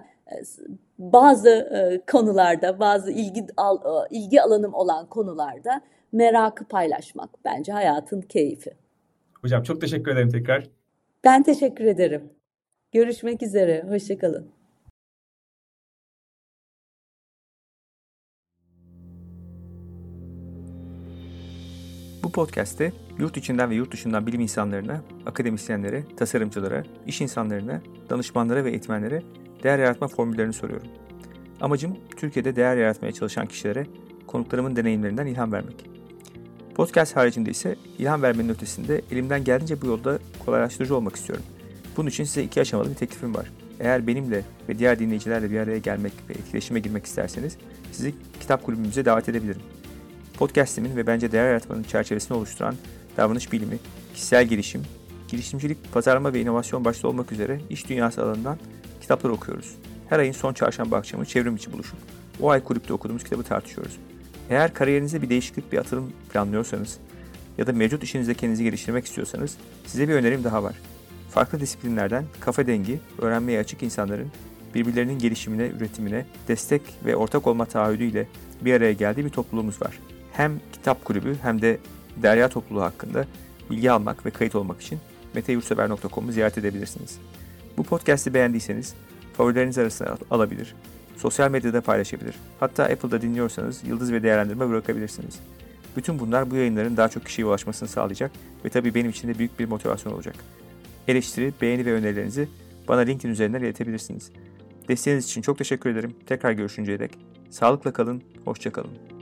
bazı konularda, bazı ilgi ilgi alanım olan konularda merakı paylaşmak bence hayatın keyfi. Hocam çok teşekkür ederim tekrar. Ben teşekkür ederim. Görüşmek üzere. Hoşça kalın. Bu podcast'te yurt içinden ve yurt dışından bilim insanlarına, akademisyenlere, tasarımcılara, iş insanlarına, danışmanlara ve eğitmenlere değer yaratma formüllerini soruyorum. Amacım Türkiye'de değer yaratmaya çalışan kişilere konuklarımın deneyimlerinden ilham vermek. Podcast haricinde ise ilham vermenin ötesinde elimden geldiğince bu yolda kolaylaştırıcı olmak istiyorum. Bunun için size iki aşamalı bir teklifim var. Eğer benimle ve diğer dinleyicilerle bir araya gelmek ve etkileşime girmek isterseniz sizi kitap kulübümüze davet edebilirim. Podcast'imin ve bence değer yaratmanın çerçevesini oluşturan davranış bilimi, kişisel gelişim, girişimcilik, pazarlama ve inovasyon başta olmak üzere iş dünyası alanından kitaplar okuyoruz. Her ayın son çarşamba akşamı çevrim içi buluşup o ay kulüpte okuduğumuz kitabı tartışıyoruz. Eğer kariyerinize bir değişiklik, bir atılım planlıyorsanız ya da mevcut işinizde kendinizi geliştirmek istiyorsanız size bir önerim daha var. Farklı disiplinlerden kafa dengi, öğrenmeye açık insanların birbirlerinin gelişimine, üretimine destek ve ortak olma taahhüdüyle bir araya geldiği bir topluluğumuz var. Hem kitap kulübü hem de Derya topluluğu hakkında bilgi almak ve kayıt olmak için mete yurtsever nokta com'u ziyaret edebilirsiniz. Bu podcast'i beğendiyseniz favorileriniz arasına alabilir, sosyal medyada paylaşabilir, hatta Apple'da dinliyorsanız yıldız ve değerlendirme bırakabilirsiniz. Bütün bunlar bu yayınların daha çok kişiye ulaşmasını sağlayacak ve tabii benim için de büyük bir motivasyon olacak. Eleştiri, beğeni ve önerilerinizi bana LinkedIn üzerinden iletebilirsiniz. Desteğiniz için çok teşekkür ederim. Tekrar görüşünceye dek sağlıkla kalın, hoşça kalın.